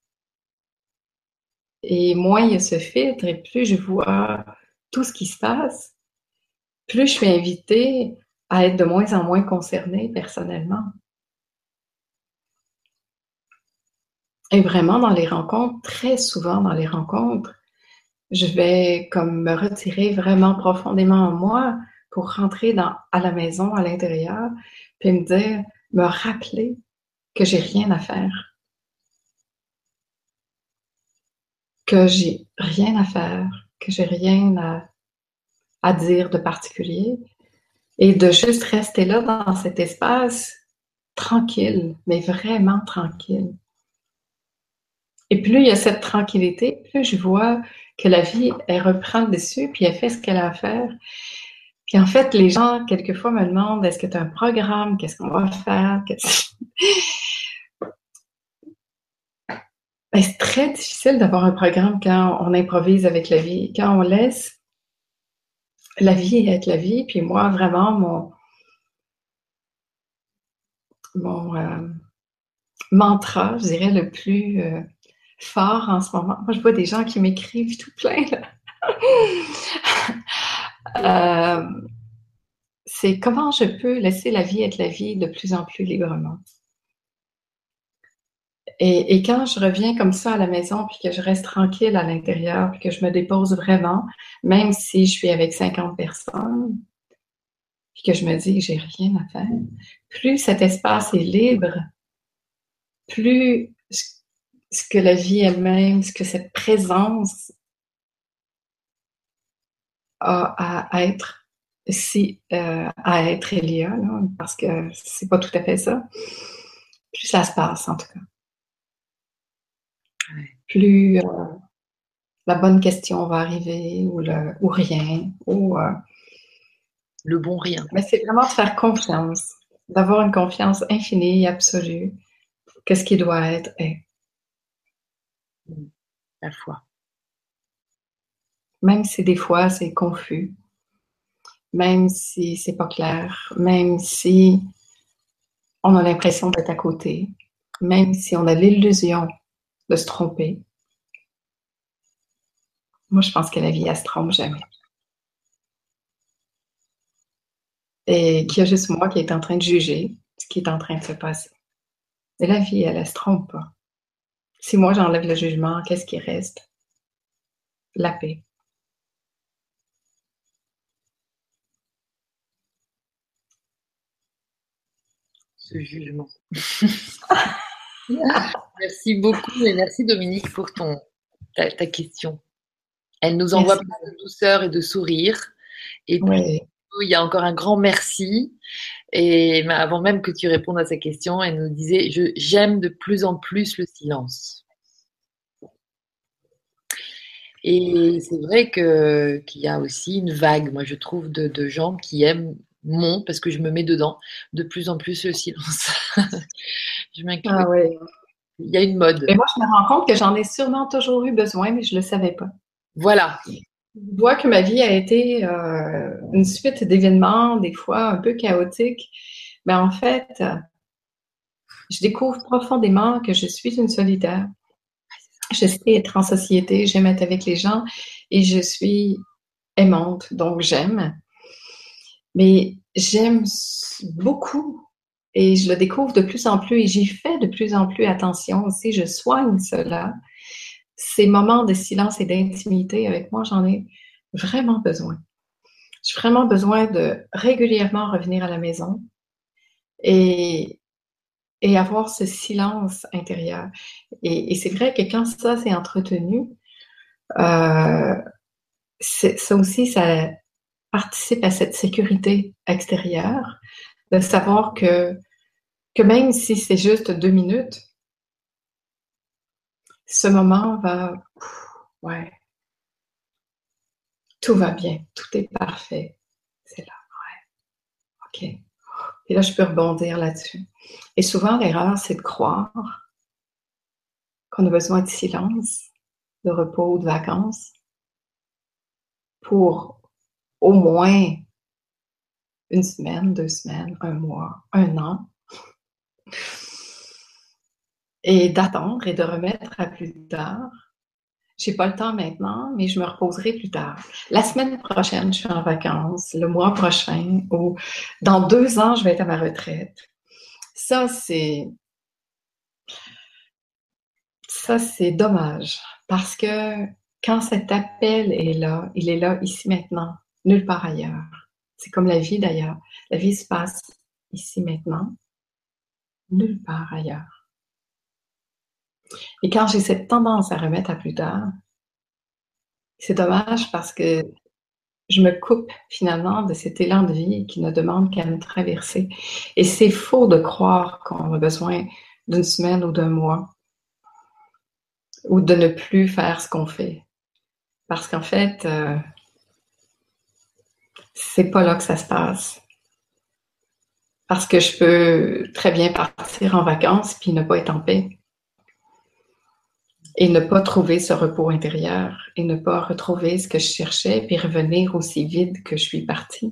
Et moins il y a ce filtre, et plus je vois tout ce qui se passe, plus je suis invitée à être de moins en moins concernée personnellement. Et vraiment, dans les rencontres, très souvent dans les rencontres, je vais comme me retirer vraiment profondément en moi pour rentrer à la maison, à l'intérieur, puis me dire, me rappeler que j'ai rien à faire, que j'ai rien à faire, que j'ai rien à dire de particulier, et de juste rester là dans cet espace tranquille, mais vraiment tranquille. Et plus il y a cette tranquillité, plus je vois que la vie, elle reprend le dessus, puis elle fait ce qu'elle a à faire. Puis en fait, les gens, quelquefois, me demandent, est-ce que tu as un programme? Qu'est-ce qu'on va faire? Ben, c'est très difficile d'avoir un programme quand on improvise avec la vie. Quand on laisse la vie être la vie, puis moi, vraiment, mon mantra, je dirais, le plus fort en ce moment. Moi, je vois des gens qui m'écrivent tout plein, là. c'est comment je peux laisser la vie être la vie de plus en plus librement. Et quand je reviens comme ça à la maison, puis que je reste tranquille à l'intérieur, puis que je me dépose vraiment, même si je suis avec 50 personnes, puis que je me dis que j'ai rien à faire, plus cet espace est libre, plus ce que la vie elle-même, ce que cette présence a à être à être Elia, là, parce que c'est pas tout à fait ça. Plus ça se passe, en tout cas. Plus la bonne question va arriver, ou rien,
Le bon rien.
mais c'est vraiment de faire confiance, d'avoir une confiance infinie, absolue, que ce qui doit être est.
La foi.
Même si des fois c'est confus, même si c'est pas clair, même si on a l'impression d'être à côté, même si on a l'illusion de se tromper. Moi, je pense que la vie, elle se trompe jamais. Et qu'il y a juste moi qui est en train de juger ce qui est en train de se passer. Et la vie, elle se trompe pas. Si moi, j'enlève le jugement, qu'est-ce qui reste? La paix.
Ce jugement. Merci beaucoup et merci Dominique pour ta question. Elle nous envoie
Merci.
plein de douceur et de sourire. Et puis,
Oui.
il y a encore un grand merci. Et avant même que tu répondes à sa question, elle nous disait j'aime de plus en plus le silence. Et c'est vrai qu'il y a aussi une vague, moi je trouve, de gens qui aiment parce que je me mets dedans, de plus en plus le silence. Je m'inclus.
Ah oui.
Il y a une mode.
Mais moi, je me rends compte que j'en ai sûrement toujours eu besoin, mais je ne le savais pas.
Voilà.
Je vois que ma vie a été une suite d'événements, des fois un peu chaotiques. Mais en fait, je découvre profondément que je suis une solitaire. Je sais être en société, j'aime être avec les gens et je suis aimante, donc j'aime. Mais j'aime beaucoup et je le découvre de plus en plus et j'y fais de plus en plus attention aussi. Je soigne cela. Ces moments de silence et d'intimité avec moi, j'en ai vraiment besoin. J'ai vraiment besoin de régulièrement revenir à la maison et, et avoir ce silence intérieur. Et c'est vrai que quand ça c'est entretenu, euh, ça aussi, ça participe à cette sécurité extérieure, de savoir que même si c'est juste 2 minutes, ce moment va, ouais, tout va bien, tout est parfait. C'est là, ouais, ok. Et là, je peux rebondir là-dessus. Et souvent, l'erreur, c'est de croire qu'on a besoin de silence, de repos, de vacances, pour au moins une semaine, 2 semaines, un mois, un an, et d'attendre et de remettre à plus tard. J'ai pas le temps maintenant, mais je me reposerai plus tard. La semaine prochaine, je suis en vacances. Le mois prochain, ou dans 2 ans, je vais être à ma retraite. Ça, c'est dommage parce que quand cet appel est là, il est là ici maintenant, nulle part ailleurs. C'est comme la vie d'ailleurs. La vie se passe ici maintenant, nulle part ailleurs. Et quand j'ai cette tendance à remettre à plus tard, c'est dommage parce que je me coupe finalement de cet élan de vie qui ne demande qu'à me traverser. Et c'est faux de croire qu'on a besoin d'une semaine ou d'un mois ou de ne plus faire ce qu'on fait. Parce qu'en fait, c'est pas là que ça se passe. Parce que je peux très bien partir en vacances puis ne pas être en paix. Et ne pas trouver ce repos intérieur et ne pas retrouver ce que je cherchais puis revenir aussi vide que je suis partie.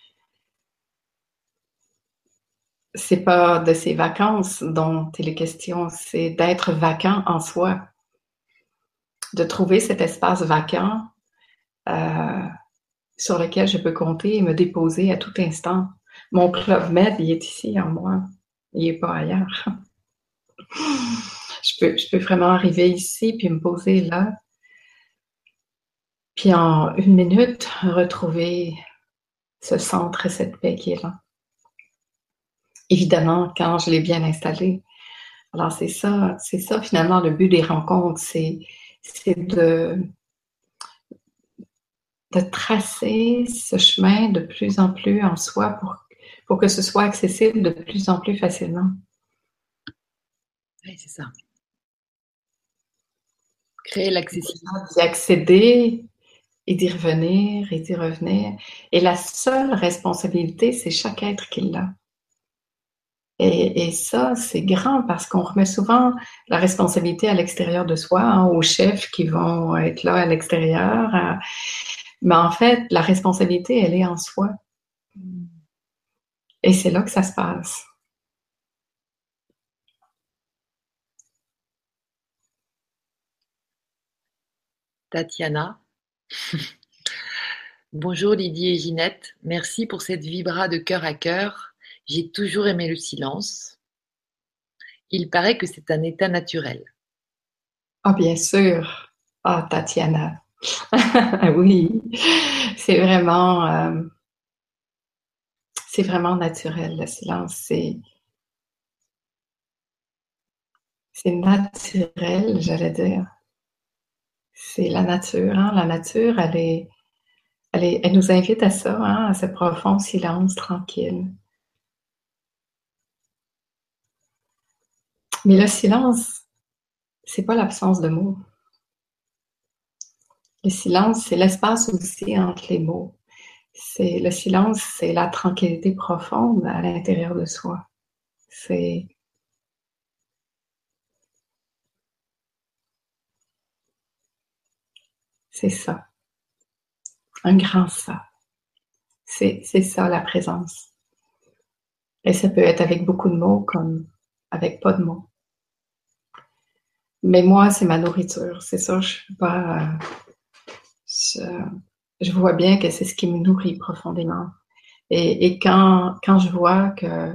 C'est pas de ces vacances dont il est question, c'est d'être vacant en soi. De trouver cet espace vacant, sur lequel je peux compter et me déposer à tout instant. Mon Club Med, il est ici en moi. Il n'est pas ailleurs. Je peux vraiment arriver ici puis me poser là. Puis en 1 minute, retrouver ce centre et cette paix qui est là. Évidemment, quand je l'ai bien installé. Alors c'est ça finalement le but des rencontres, c'est de tracer ce chemin de plus en plus en soi pour que ce soit accessible de plus en plus facilement.
Oui, c'est ça. Créer l'accessibilité.
D'y accéder et d'y revenir et d'y revenir. Et la seule responsabilité, c'est chaque être qui l'a. Et ça, c'est grand parce qu'on remet souvent la responsabilité à l'extérieur de soi, hein, aux chefs qui vont être là à l'extérieur. Mais en fait, la responsabilité, elle est en soi. Et c'est là que ça se passe.
Tatiana. Bonjour Lydie et Ginette. Merci pour cette vibra de cœur à cœur. J'ai toujours aimé le silence. Il paraît que c'est un état naturel.
Ah, bien sûr. Ah, Tatiana. Oui, c'est vraiment naturel, le silence. C'est naturel, j'allais dire. C'est la nature, hein? La nature, elle nous invite à ça, hein? À ce profond silence tranquille. Mais le silence, c'est pas l'absence de mots. Le silence, c'est l'espace aussi entre les mots. Le silence, c'est la tranquillité profonde à l'intérieur de soi. C'est ça. Un grand ça. C'est ça la présence. Et ça peut être avec beaucoup de mots comme avec pas de mots. Mais moi, c'est ma nourriture. C'est ça, je vois bien que c'est ce qui me nourrit profondément. Et quand je vois que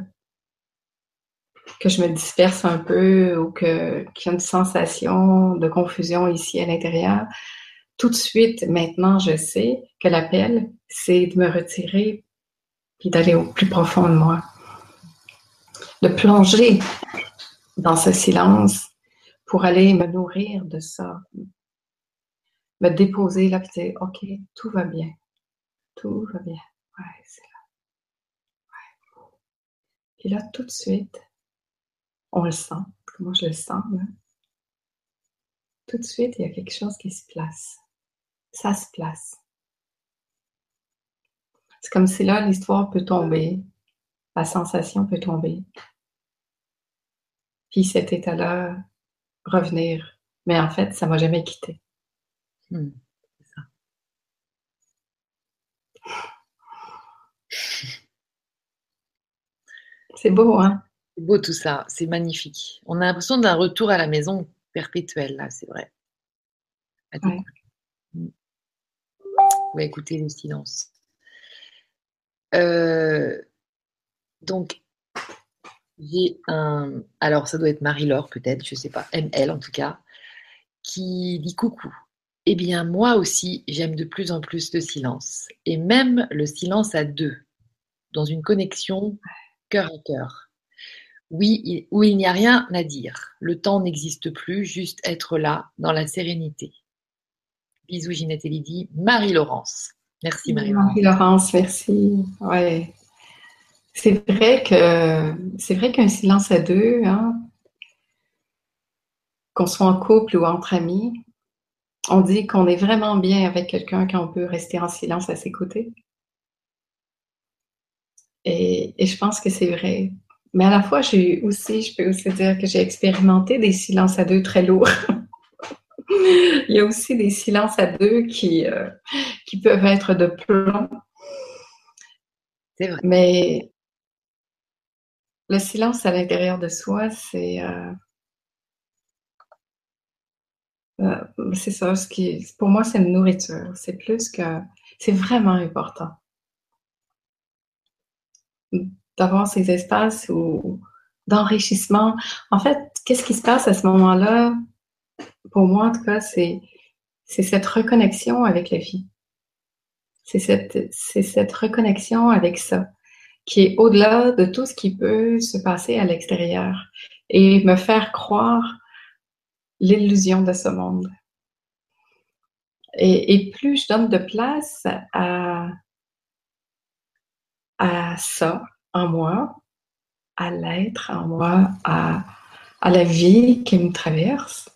je me disperse un peu ou qu'il y a une sensation de confusion ici à l'intérieur, tout de suite, maintenant, je sais que l'appel, c'est de me retirer puis d'aller au plus profond de moi. De plonger dans ce silence pour aller me nourrir de ça. Me déposer là, puis dire, OK, tout va bien. Tout va bien. Ouais, c'est là. Ouais. Puis là, tout de suite, on le sent. Moi, je le sens, là. Tout de suite, il y a quelque chose qui se place. Ça se place. C'est comme si là, l'histoire peut tomber. La sensation peut tomber. Puis cet état-là, revenir. Mais en fait, ça ne m'a jamais quitté.
C'est ça.
C'est beau, hein?
C'est beau tout ça, c'est magnifique. On a l'impression d'un retour à la maison perpétuel, là, c'est vrai. À
Ouais.
Ou à écouter le silence. Donc, j'ai un... Alors, ça doit être Marie-Laure, peut-être, je sais pas, ML en tout cas, qui dit coucou. Eh bien, moi aussi, j'aime de plus en plus le silence. Et même le silence à deux, dans une connexion cœur à cœur. Oui, où il n'y a rien à dire. Le temps n'existe plus, juste être là, dans la sérénité. Bisous Ginette et Lydie. Marie-Laurence. Merci Marie-Laurence.
Marie-Laurence, merci. Ouais. C'est vrai qu'un silence à deux, hein, qu'on soit en couple ou entre amis, on dit qu'on est vraiment bien avec quelqu'un quand on peut rester en silence à ses côtés. Et je pense que c'est vrai. Mais à la fois, je peux aussi dire que j'ai expérimenté des silences à deux très lourds. Il y a aussi des silences à deux qui peuvent être de plomb.
C'est vrai.
Mais le silence à l'intérieur de soi, c'est ça. Pour moi, c'est une nourriture. C'est plus que C'est vraiment important d'avoir ces espaces d'enrichissement. En fait, qu'est-ce qui se passe à ce moment-là? Pour moi, en tout cas, c'est cette reconnexion avec la vie. C'est cette reconnexion avec ça, qui est au-delà de tout ce qui peut se passer à l'extérieur et me faire croire l'illusion de ce monde. Et plus je donne de place à ça en moi, à l'être en moi, à la vie qui me traverse,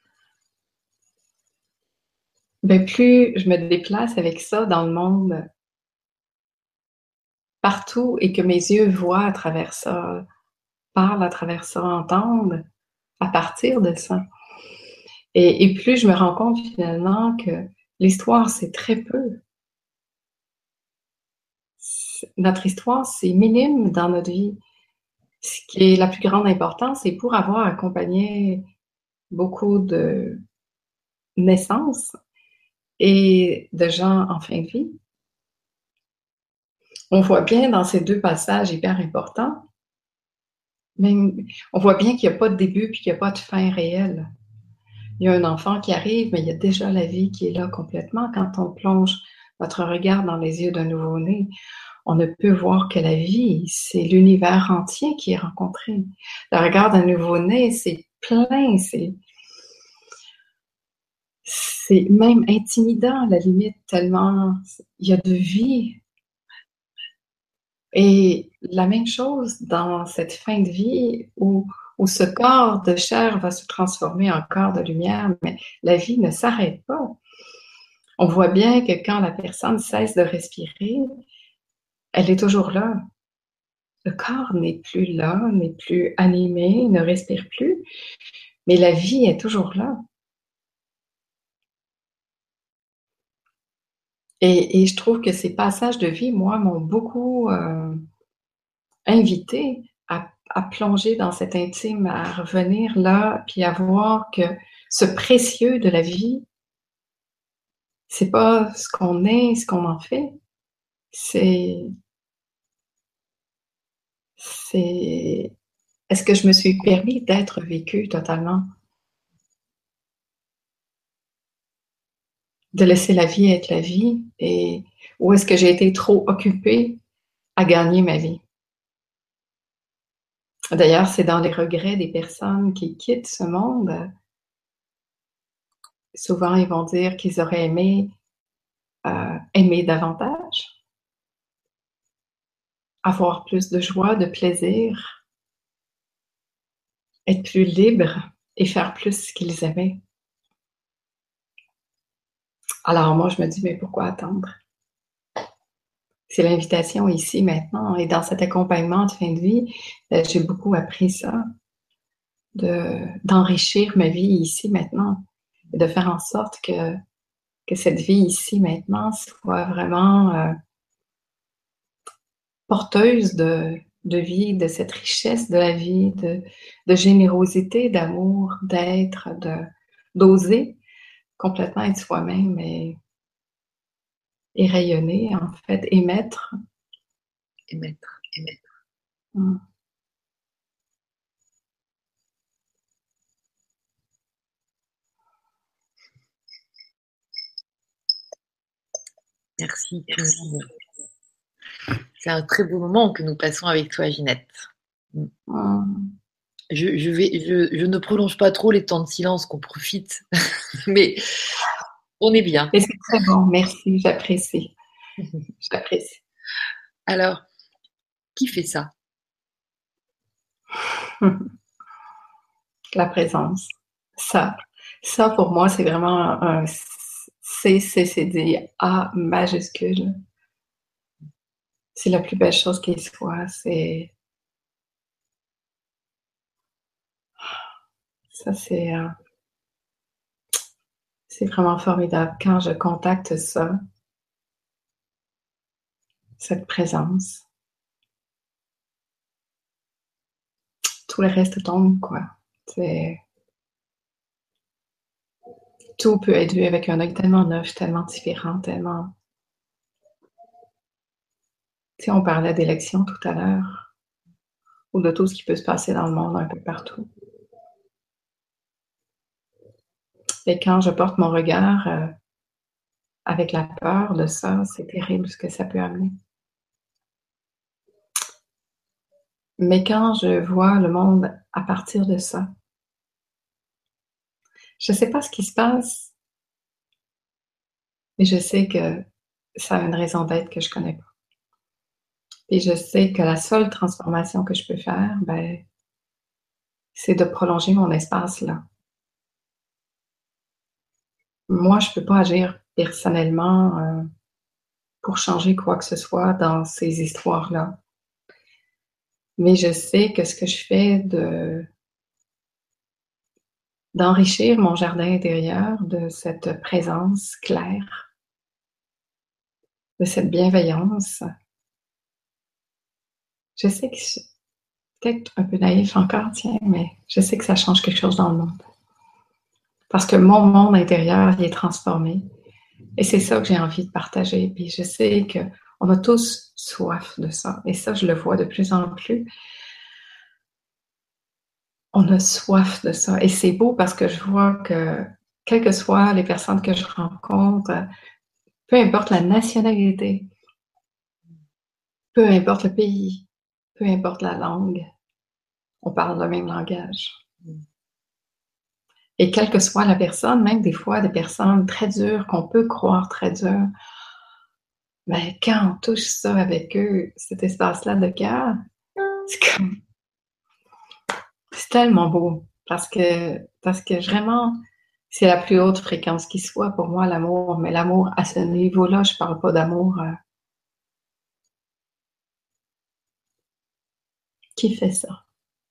ben plus je me déplace avec ça dans le monde partout et que mes yeux voient à travers ça, parlent à travers ça, entendent à partir de ça. Et plus je me rends compte finalement que l'histoire, c'est très peu. Notre histoire, c'est minime dans notre vie. Ce qui est la plus grande importance, c'est pour avoir accompagné beaucoup de naissances et de gens en fin de vie. On voit bien dans ces deux passages hyper importants, même, on voit bien qu'il n'y a pas de début puis qu'il n'y a pas de fin réelle. Il y a un enfant qui arrive, mais il y a déjà la vie qui est là complètement. Quand on plonge notre regard dans les yeux d'un nouveau-né, on ne peut voir que la vie. C'est l'univers entier qui est rencontré. Le regard d'un nouveau-né, c'est plein, c'est même intimidant à la limite, tellement il y a de vie. Et la même chose dans cette fin de vie où ce corps de chair va se transformer en corps de lumière, mais la vie ne s'arrête pas. On voit bien que quand la personne cesse de respirer, elle est toujours là. Le corps n'est plus là, n'est plus animé, ne respire plus, mais la vie est toujours là. Et je trouve que ces passages de vie, moi, m'ont beaucoup invité à plonger dans cet intime, à revenir là, puis à voir que ce précieux de la vie, c'est pas ce qu'on est, ce qu'on en fait, c'est est-ce que je me suis permis d'être vécue totalement? De laisser la vie être la vie, ou est-ce que j'ai été trop occupée à gagner ma vie? D'ailleurs, c'est dans les regrets des personnes qui quittent ce monde. Souvent, ils vont dire qu'ils auraient aimé aimer davantage, avoir plus de joie, de plaisir, être plus libre et faire plus ce qu'ils aimaient. Alors moi, je me dis, mais pourquoi attendre? C'est l'invitation ici maintenant. Et dans cet accompagnement de fin de vie, j'ai beaucoup appris ça, d'enrichir ma vie ici maintenant, et de faire en sorte que cette vie ici maintenant soit vraiment porteuse de vie, de cette richesse de la vie, de générosité, d'amour, d'être, d'oser complètement être soi-même et rayonner, en fait, émettre.
Émettre. Merci. C'est un très beau moment que nous passons avec toi, Ginette. Je ne prolonge pas trop les temps de silence, qu'on profite, mais on est bien.
Et c'est très bon, merci, j'apprécie. J'apprécie.
Alors, qui fait ça?
La présence. Ça pour moi, c'est vraiment un CCCD-A majuscule. C'est la plus belle chose qui soit. Ça, c'est vraiment formidable quand je contacte ça, cette présence. Tout le reste tombe, quoi. Tout peut être vu avec un œil tellement neuf, tellement différent, tellement Tu sais, on parlait d'élections tout à l'heure, ou de tout ce qui peut se passer dans le monde un peu partout. Et quand je porte mon regard avec la peur de ça, c'est terrible ce que ça peut amener. Mais quand je vois le monde à partir de ça, je ne sais pas ce qui se passe, mais je sais que ça a une raison d'être que je ne connais pas. Et je sais que la seule transformation que je peux faire, ben, c'est de prolonger mon espace là. Moi, je ne peux pas agir personnellement pour changer quoi que ce soit dans ces histoires-là. Mais je sais que ce que je fais d'enrichir mon jardin intérieur de cette présence claire, de cette bienveillance, je sais que c'est peut-être un peu naïf encore, tiens, mais je sais que ça change quelque chose dans le monde. Parce que mon monde intérieur, il est transformé. Et c'est ça que j'ai envie de partager. Puis je sais qu'on a tous soif de ça. Et ça, je le vois de plus en plus. On a soif de ça. Et c'est beau parce que je vois que, quelles que soient les personnes que je rencontre, peu importe la nationalité, peu importe le pays, peu importe la langue, on parle le même langage. Et quelle que soit la personne, même des fois des personnes très dures, qu'on peut croire très dures, ben, quand on touche ça avec eux, cet espace-là de cœur, c'est tellement beau parce que vraiment, c'est la plus haute fréquence qui soit pour moi, l'amour. Mais l'amour à ce niveau-là, je parle pas d'amour. Qui fait ça?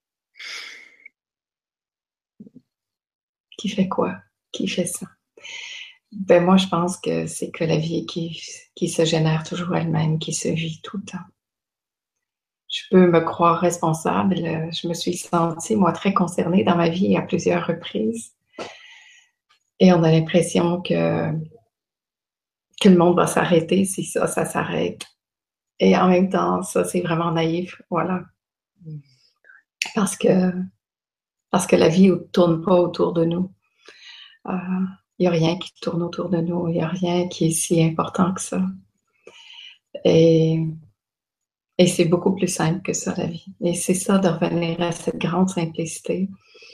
Qui fait quoi? Qui fait ça? Ben moi, je pense que c'est que la vie qui se génère toujours elle-même, qui se vit tout le temps. Je peux me croire responsable. Je me suis sentie, moi, très concernée dans ma vie à plusieurs reprises. Et on a l'impression que le monde va s'arrêter si ça s'arrête. Et en même temps, ça, c'est vraiment naïf. Voilà. Parce que la vie ne tourne pas autour de nous. Il n'y a rien qui tourne autour de nous. Il n'y a rien qui est si important que ça. Et c'est beaucoup plus simple que ça, la vie. Et c'est ça, de revenir à cette grande simplicité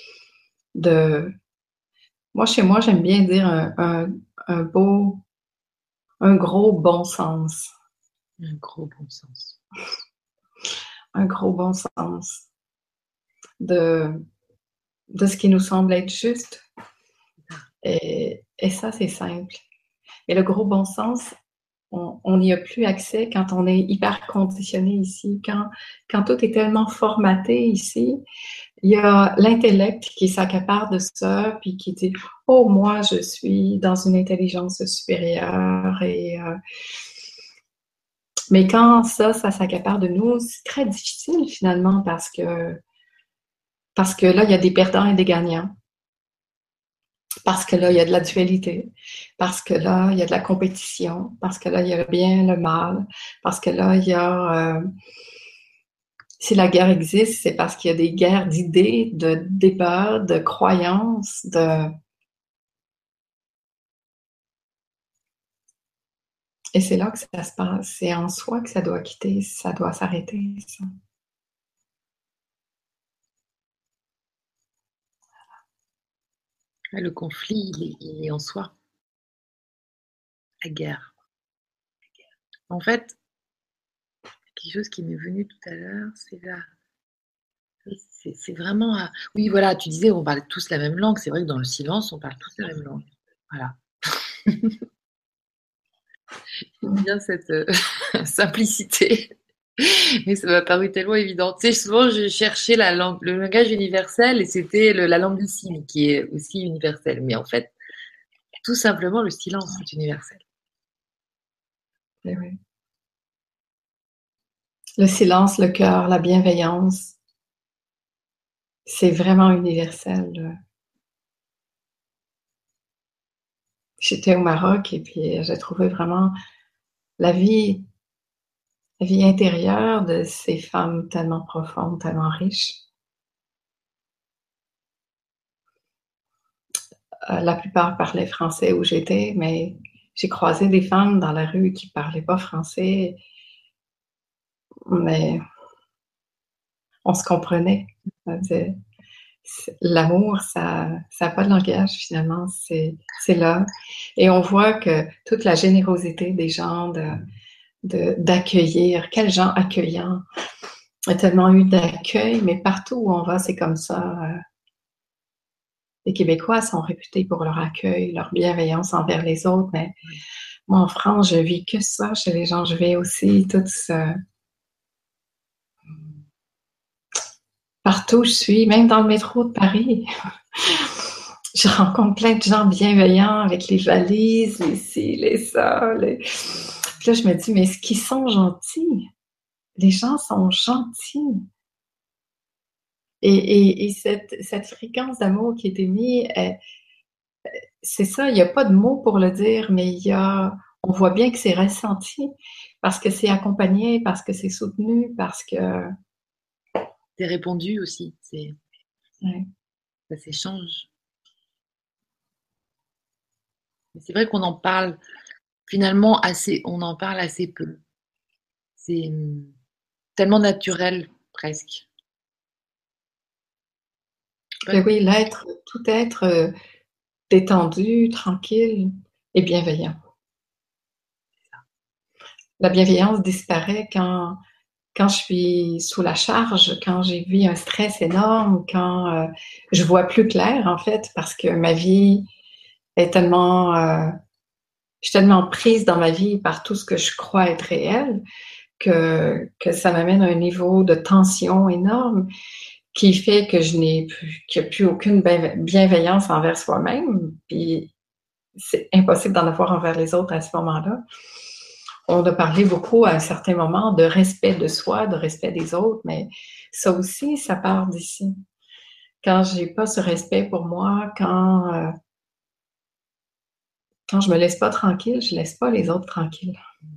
Moi, chez moi, j'aime bien dire un gros bon sens.
Un gros bon sens.
Un gros bon sens de ce qui nous semble être juste. Et ça, c'est simple. Et le gros bon sens, on n'y a plus accès quand on est hyper conditionné ici, quand tout est tellement formaté ici. Il y a l'intellect qui s'accapare de ça, puis qui dit « Oh, moi, je suis dans une intelligence supérieure. » Mais quand ça s'accapare de nous, c'est très difficile finalement parce que là, il y a des perdants et des gagnants. Parce que là, il y a de la dualité, parce que là, il y a de la compétition, parce que là, il y a le bien, le mal, parce que là, il y a... si la guerre existe, c'est parce qu'il y a des guerres d'idées, de débats, de croyances, Et c'est là que ça se passe. C'est en soi que ça doit quitter, ça doit s'arrêter, ça.
Le conflit, il est en soi. La guerre. En fait, quelque chose qui m'est venu tout à l'heure, c'est là. C'est vraiment. Oui, voilà, tu disais, on parle tous la même langue. C'est vrai que dans le silence, on parle tous la même langue. Voilà. Bien cette simplicité. Mais ça m'a paru tellement évident. Tu sais, souvent, je cherchais la langue, le langage universel et c'était la langue des signes qui est aussi universelle. Mais en fait, tout simplement, le silence est universel.
Eh oui. Le silence, le cœur, la bienveillance, c'est vraiment universel. J'étais au Maroc et puis j'ai trouvé vraiment la vie vie intérieure de ces femmes tellement profondes, tellement riches. La plupart parlaient français où j'étais, mais j'ai croisé des femmes dans la rue qui parlaient pas français, mais on se comprenait. L'amour, ça n'a pas de langage finalement, c'est là. Et on voit que toute la générosité des gens d'accueillir, quels gens accueillants. Il y a tellement eu d'accueil, mais partout où on va, c'est comme ça. Les Québécois sont réputés pour leur accueil, leur bienveillance envers les autres, mais moi, en France, je vis que ça chez les gens. Je vais aussi partout où je suis, même dans le métro de Paris. Je rencontre plein de gens bienveillants avec les valises, les ci, les ça. Puis là, je me dis, mais est-ce qu'ils sont gentils? Les gens sont gentils. Et cette fréquence d'amour qui est émise, c'est ça, il n'y a pas de mots pour le dire, mais on voit bien que c'est ressenti parce que c'est accompagné, parce que c'est soutenu, parce que...
C'est répondu aussi,
Ouais.
ça s'échange. Mais c'est vrai qu'on en parle finalement on en parle assez peu. C'est tellement naturel, presque.
Ben oui, tout être détendu, tranquille et bienveillant. La bienveillance disparaît quand je suis sous la charge, quand j'ai vu un stress énorme, quand je vois plus clair, en fait, parce que ma vie est je suis tellement prise dans ma vie par tout ce que je crois être réel que ça m'amène à un niveau de tension énorme qui fait que qu'il n'y a plus aucune bienveillance envers soi-même. Puis c'est impossible d'en avoir envers les autres à ce moment-là. On a parlé beaucoup à un certain moment de respect de soi, de respect des autres, mais ça aussi, ça part d'ici. Quand j'ai pas ce respect pour moi, quand je me laisse pas tranquille, je laisse pas les autres tranquilles.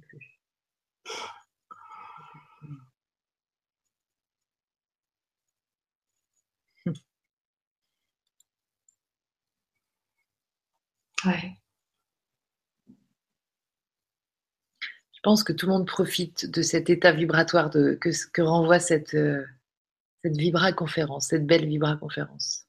Ouais.
Je pense que tout le monde profite de cet état vibratoire que renvoie cette vibra-conférence, cette belle vibra-conférence.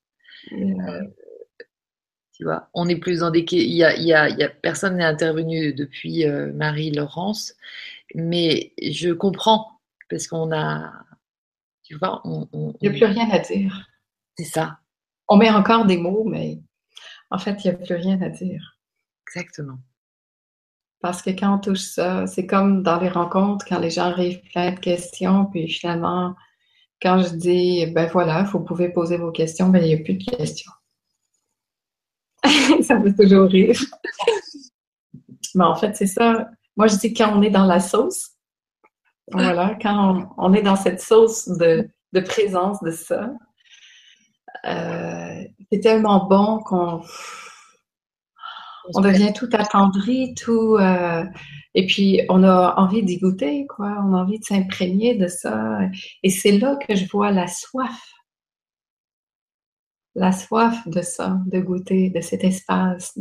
Tu vois, on est plus dans personne n'est intervenu depuis Marie-Laurence, mais je comprends parce qu'on a, tu vois,
Il n'y a plus rien à dire.
c'est ça,
On met encore des mots, mais en fait, il n'y a plus rien à dire.
exactement.
Parce que quand on touche ça, c'est comme dans les rencontres, quand les gens arrivent plein de questions, puis finalement, quand je dis, ben voilà, vous pouvez poser vos questions, ben il n'y a plus de questions. Ça me fait toujours rire. Mais en fait, c'est ça. Moi, je dis quand on est dans la sauce, voilà, quand on est dans cette sauce de présence de ça, c'est tellement bon on devient tout attendri, et puis on a envie d'y goûter, quoi. On a envie de s'imprégner de ça. Et c'est là que je vois la soif de ça, de goûter, de cet espace,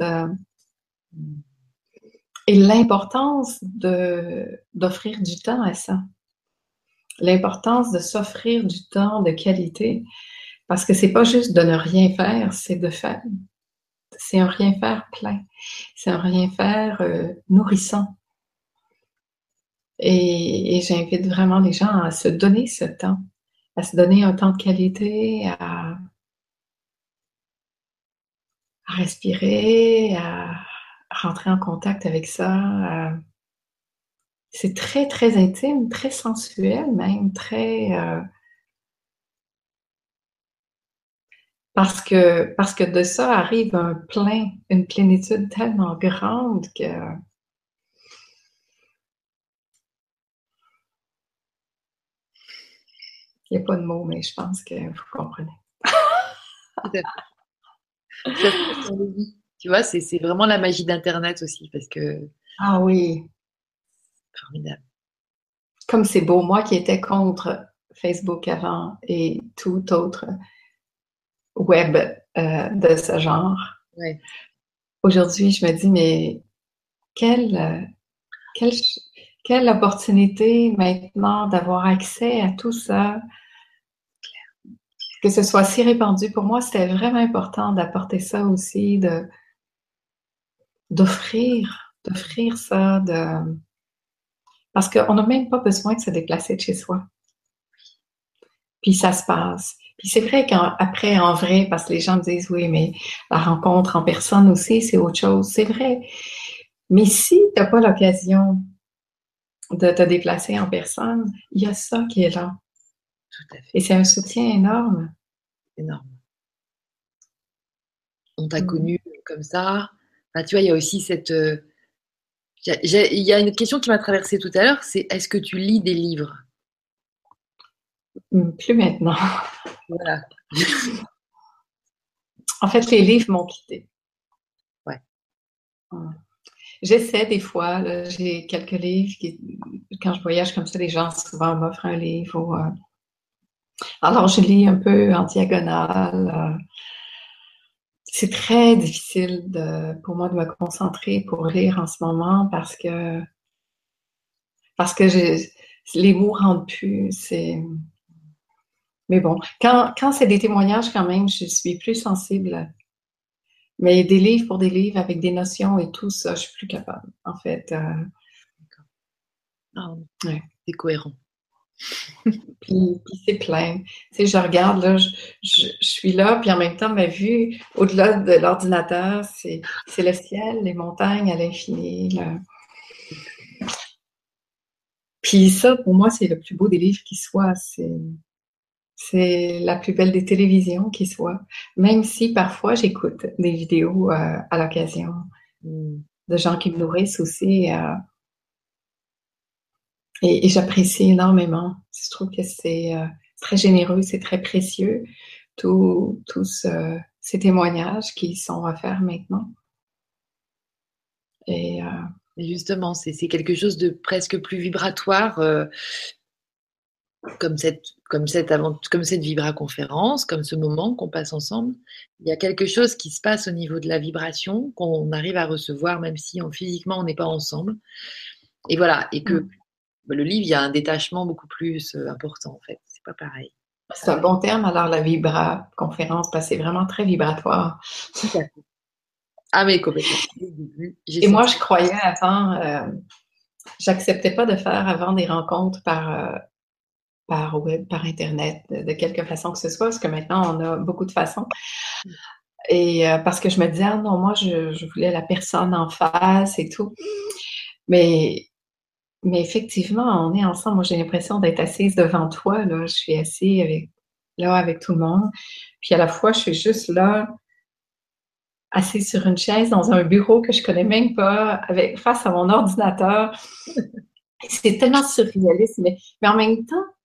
et l'importance d'offrir du temps à ça. L'importance de s'offrir du temps de qualité, parce que c'est pas juste de ne rien faire, c'est de faire. C'est un rien faire plein. C'est un rien faire nourrissant. Et j'invite vraiment les gens à se donner ce temps, à se donner un temps de qualité, à respirer, à rentrer en contact avec ça. C'est très, très intime, très sensuel même, parce que de ça arrive une plénitude tellement grande que il n'y a pas de mots, mais je pense que vous comprenez.
Tout à fait. Ça se passe dans les vies. Tu vois, c'est vraiment la magie d'Internet aussi, parce que
Ah oui,
formidable.
comme c'est beau, moi qui étais contre Facebook avant et tout autre web de ce genre,
Ouais.
aujourd'hui, je me dis, mais quelle, quelle, quelle opportunité maintenant d'avoir accès à tout ça, que ce soit si répandu. Pour moi, c'était vraiment important d'apporter ça aussi, d'offrir ça, parce qu'on n'a même pas besoin de se déplacer de chez soi. Puis ça se passe. Puis c'est vrai qu'après, en vrai, parce que les gens me disent, oui, mais la rencontre en personne aussi, c'est autre chose. C'est vrai. Mais si tu n'as pas l'occasion de te déplacer en personne, il y a ça qui est là.
Tout à fait.
Et c'est un soutien énorme.
Énorme. On t'a connu comme ça. Enfin, tu vois, il y a aussi cette... il y a une question qui m'a traversée tout à l'heure, c'est est-ce que tu lis des livres?
Plus maintenant.
Voilà.
En fait, les livres m'ont quitté.
Ouais.
J'essaie des fois, là, j'ai quelques livres quand je voyage comme ça, les gens souvent m'offrent un livre. Alors, je lis un peu en diagonale. C'est très difficile pour moi de me concentrer pour lire en ce moment parce que les mots rentrent plus. Mais bon, quand c'est des témoignages, quand même, je suis plus sensible. Mais des livres pour des livres avec des notions et tout ça, je suis plus capable, en fait.
Ouais. C'est cohérent.
Puis c'est plein. Tu sais, je regarde, là, je suis là, puis en même temps, ma vue, au-delà de l'ordinateur, c'est le ciel, les montagnes à l'infini, là. Puis ça, pour moi, c'est le plus beau des livres qui soit. C'est la plus belle des télévisions qui soit. Même si parfois j'écoute des vidéos à l'occasion de gens qui me nourrissent aussi. Et j'apprécie énormément. Je trouve que c'est très généreux, c'est très précieux, tous ces témoignages qui sont offerts maintenant. Et
justement, c'est quelque chose de presque plus vibratoire, comme cette vibraconférence, comme ce moment qu'on passe ensemble. Il y a quelque chose qui se passe au niveau de la vibration qu'on arrive à recevoir, même si physiquement on n'est pas ensemble. Et voilà, et que le livre, il y a un détachement beaucoup plus important, en fait. C'est pas pareil.
C'est un bon terme, alors la vibra-conférence, parce que c'est vraiment très vibratoire.
Tout à fait. Ah, mais complètement.
Et moi, je croyais avant, j'acceptais pas de faire avant des rencontres par web, par Internet, de quelque façon que ce soit, parce que maintenant, on a beaucoup de façons. Et parce que je me disais, ah non, moi, je voulais la personne en face et tout. Mais effectivement, on est ensemble. Moi, j'ai l'impression d'être assise devant toi, là. Je suis assise avec tout le monde. Puis à la fois, je suis juste là, assise sur une chaise dans un bureau que je connais même pas, face à mon ordinateur. C'est tellement surréaliste, mais en même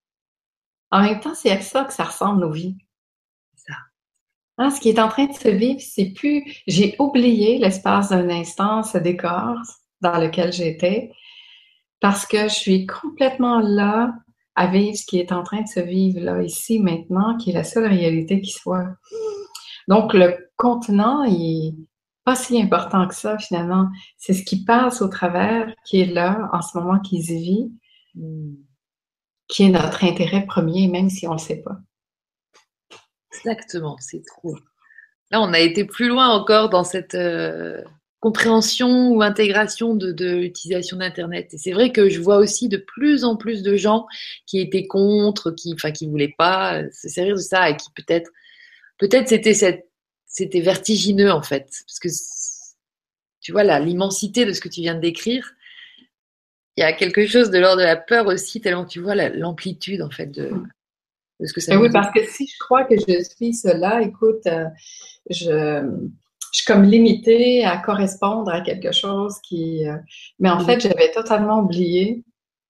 temps, c'est à ça que ça ressemble nos vies.
C'est ça.
Hein, ce qui est en train de se vivre, c'est plus... J'ai oublié l'espace d'un instant, ce décor dans lequel j'étais, parce que je suis complètement là à vivre ce qui est en train de se vivre là, ici, maintenant, qui est la seule réalité qui soit. Donc, le contenant, il est pas si important que ça, finalement. C'est ce qui passe au travers, qui est là, en ce moment, qui se vit, qui est notre intérêt premier, même si on le sait pas.
Exactement, c'est trop. Là, on a été plus loin encore dans cette compréhension ou intégration de l'utilisation d'Internet. Et c'est vrai que je vois aussi de plus en plus de gens qui étaient contre, qui voulaient pas se servir de ça et qui peut-être c'était vertigineux en fait, parce que tu vois l'immensité de ce que tu viens de décrire. Il y a quelque chose de l'ordre de la peur aussi, tellement tu vois l'amplitude en fait de ce que ça
Oui,
nous
parce que si je crois que je suis cela, écoute, je suis comme limitée à correspondre à quelque chose qui... mais en fait, j'avais totalement oublié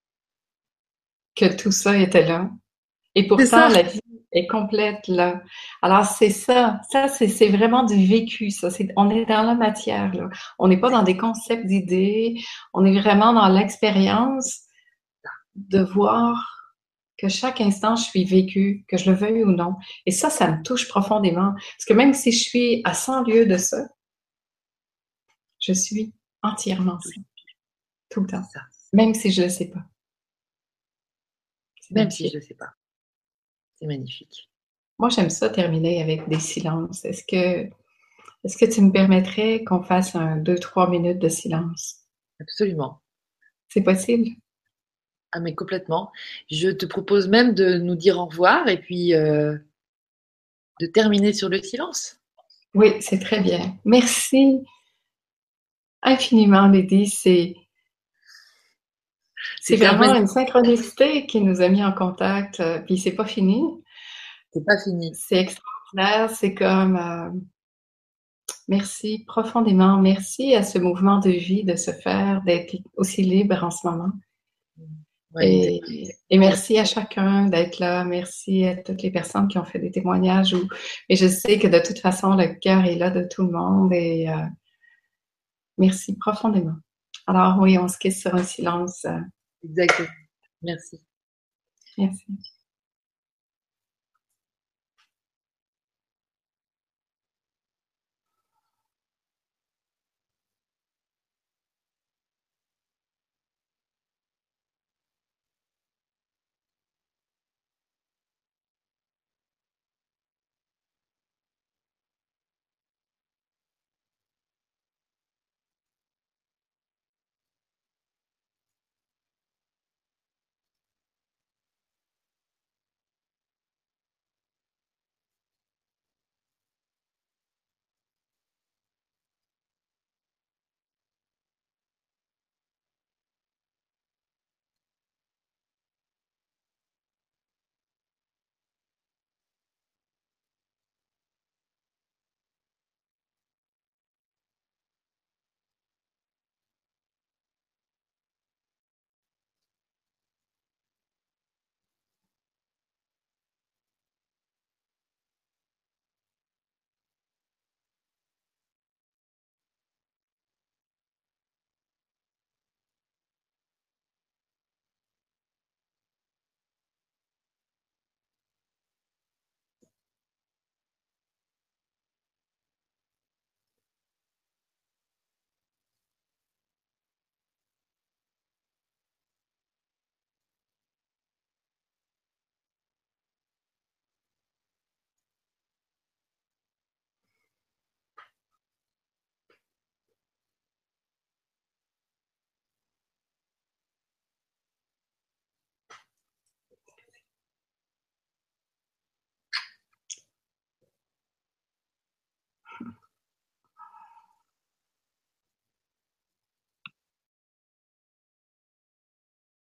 que tout ça était là. Et pourtant, la vie est complète là. Alors, c'est ça. Ça, c'est vraiment du vécu, ça. On est dans la matière, là. On n'est pas dans des concepts d'idées. On est vraiment dans l'expérience de voir que chaque instant, je suis vécue, que je le veuille ou non. Et ça me touche profondément. Parce que même si je suis à 100 lieues de ça, je suis entièrement ça, tout le temps.
C'est ça.
Même si je ne le sais pas. C'est
Même si
magnifique.
je ne sais pas. C'est magnifique.
Moi, j'aime ça terminer avec des silences. Est-ce que tu me permettrais qu'on fasse 2-3 minutes de silence?
Absolument.
C'est possible?
Ah, mais complètement. Je te propose même de nous dire au revoir et puis de terminer sur le silence.
Oui, c'est très bien. Merci infiniment, Lydie. C'est
C'était un
vraiment
plaisir.
une synchronicité qui nous a mis en contact, puis c'est pas fini.
C'est pas fini.
C'est extraordinaire. C'est comme merci profondément. Merci à ce mouvement de vie de se faire, d'être aussi libre en ce moment.
Ouais, exactement.
Et merci à chacun d'être là. Merci à toutes les personnes qui ont fait des témoignages. Et je sais que de toute façon, le cœur est là de tout le monde. Et merci profondément. Alors oui, on se quitte sur un silence.
Exactement. Merci.
Merci.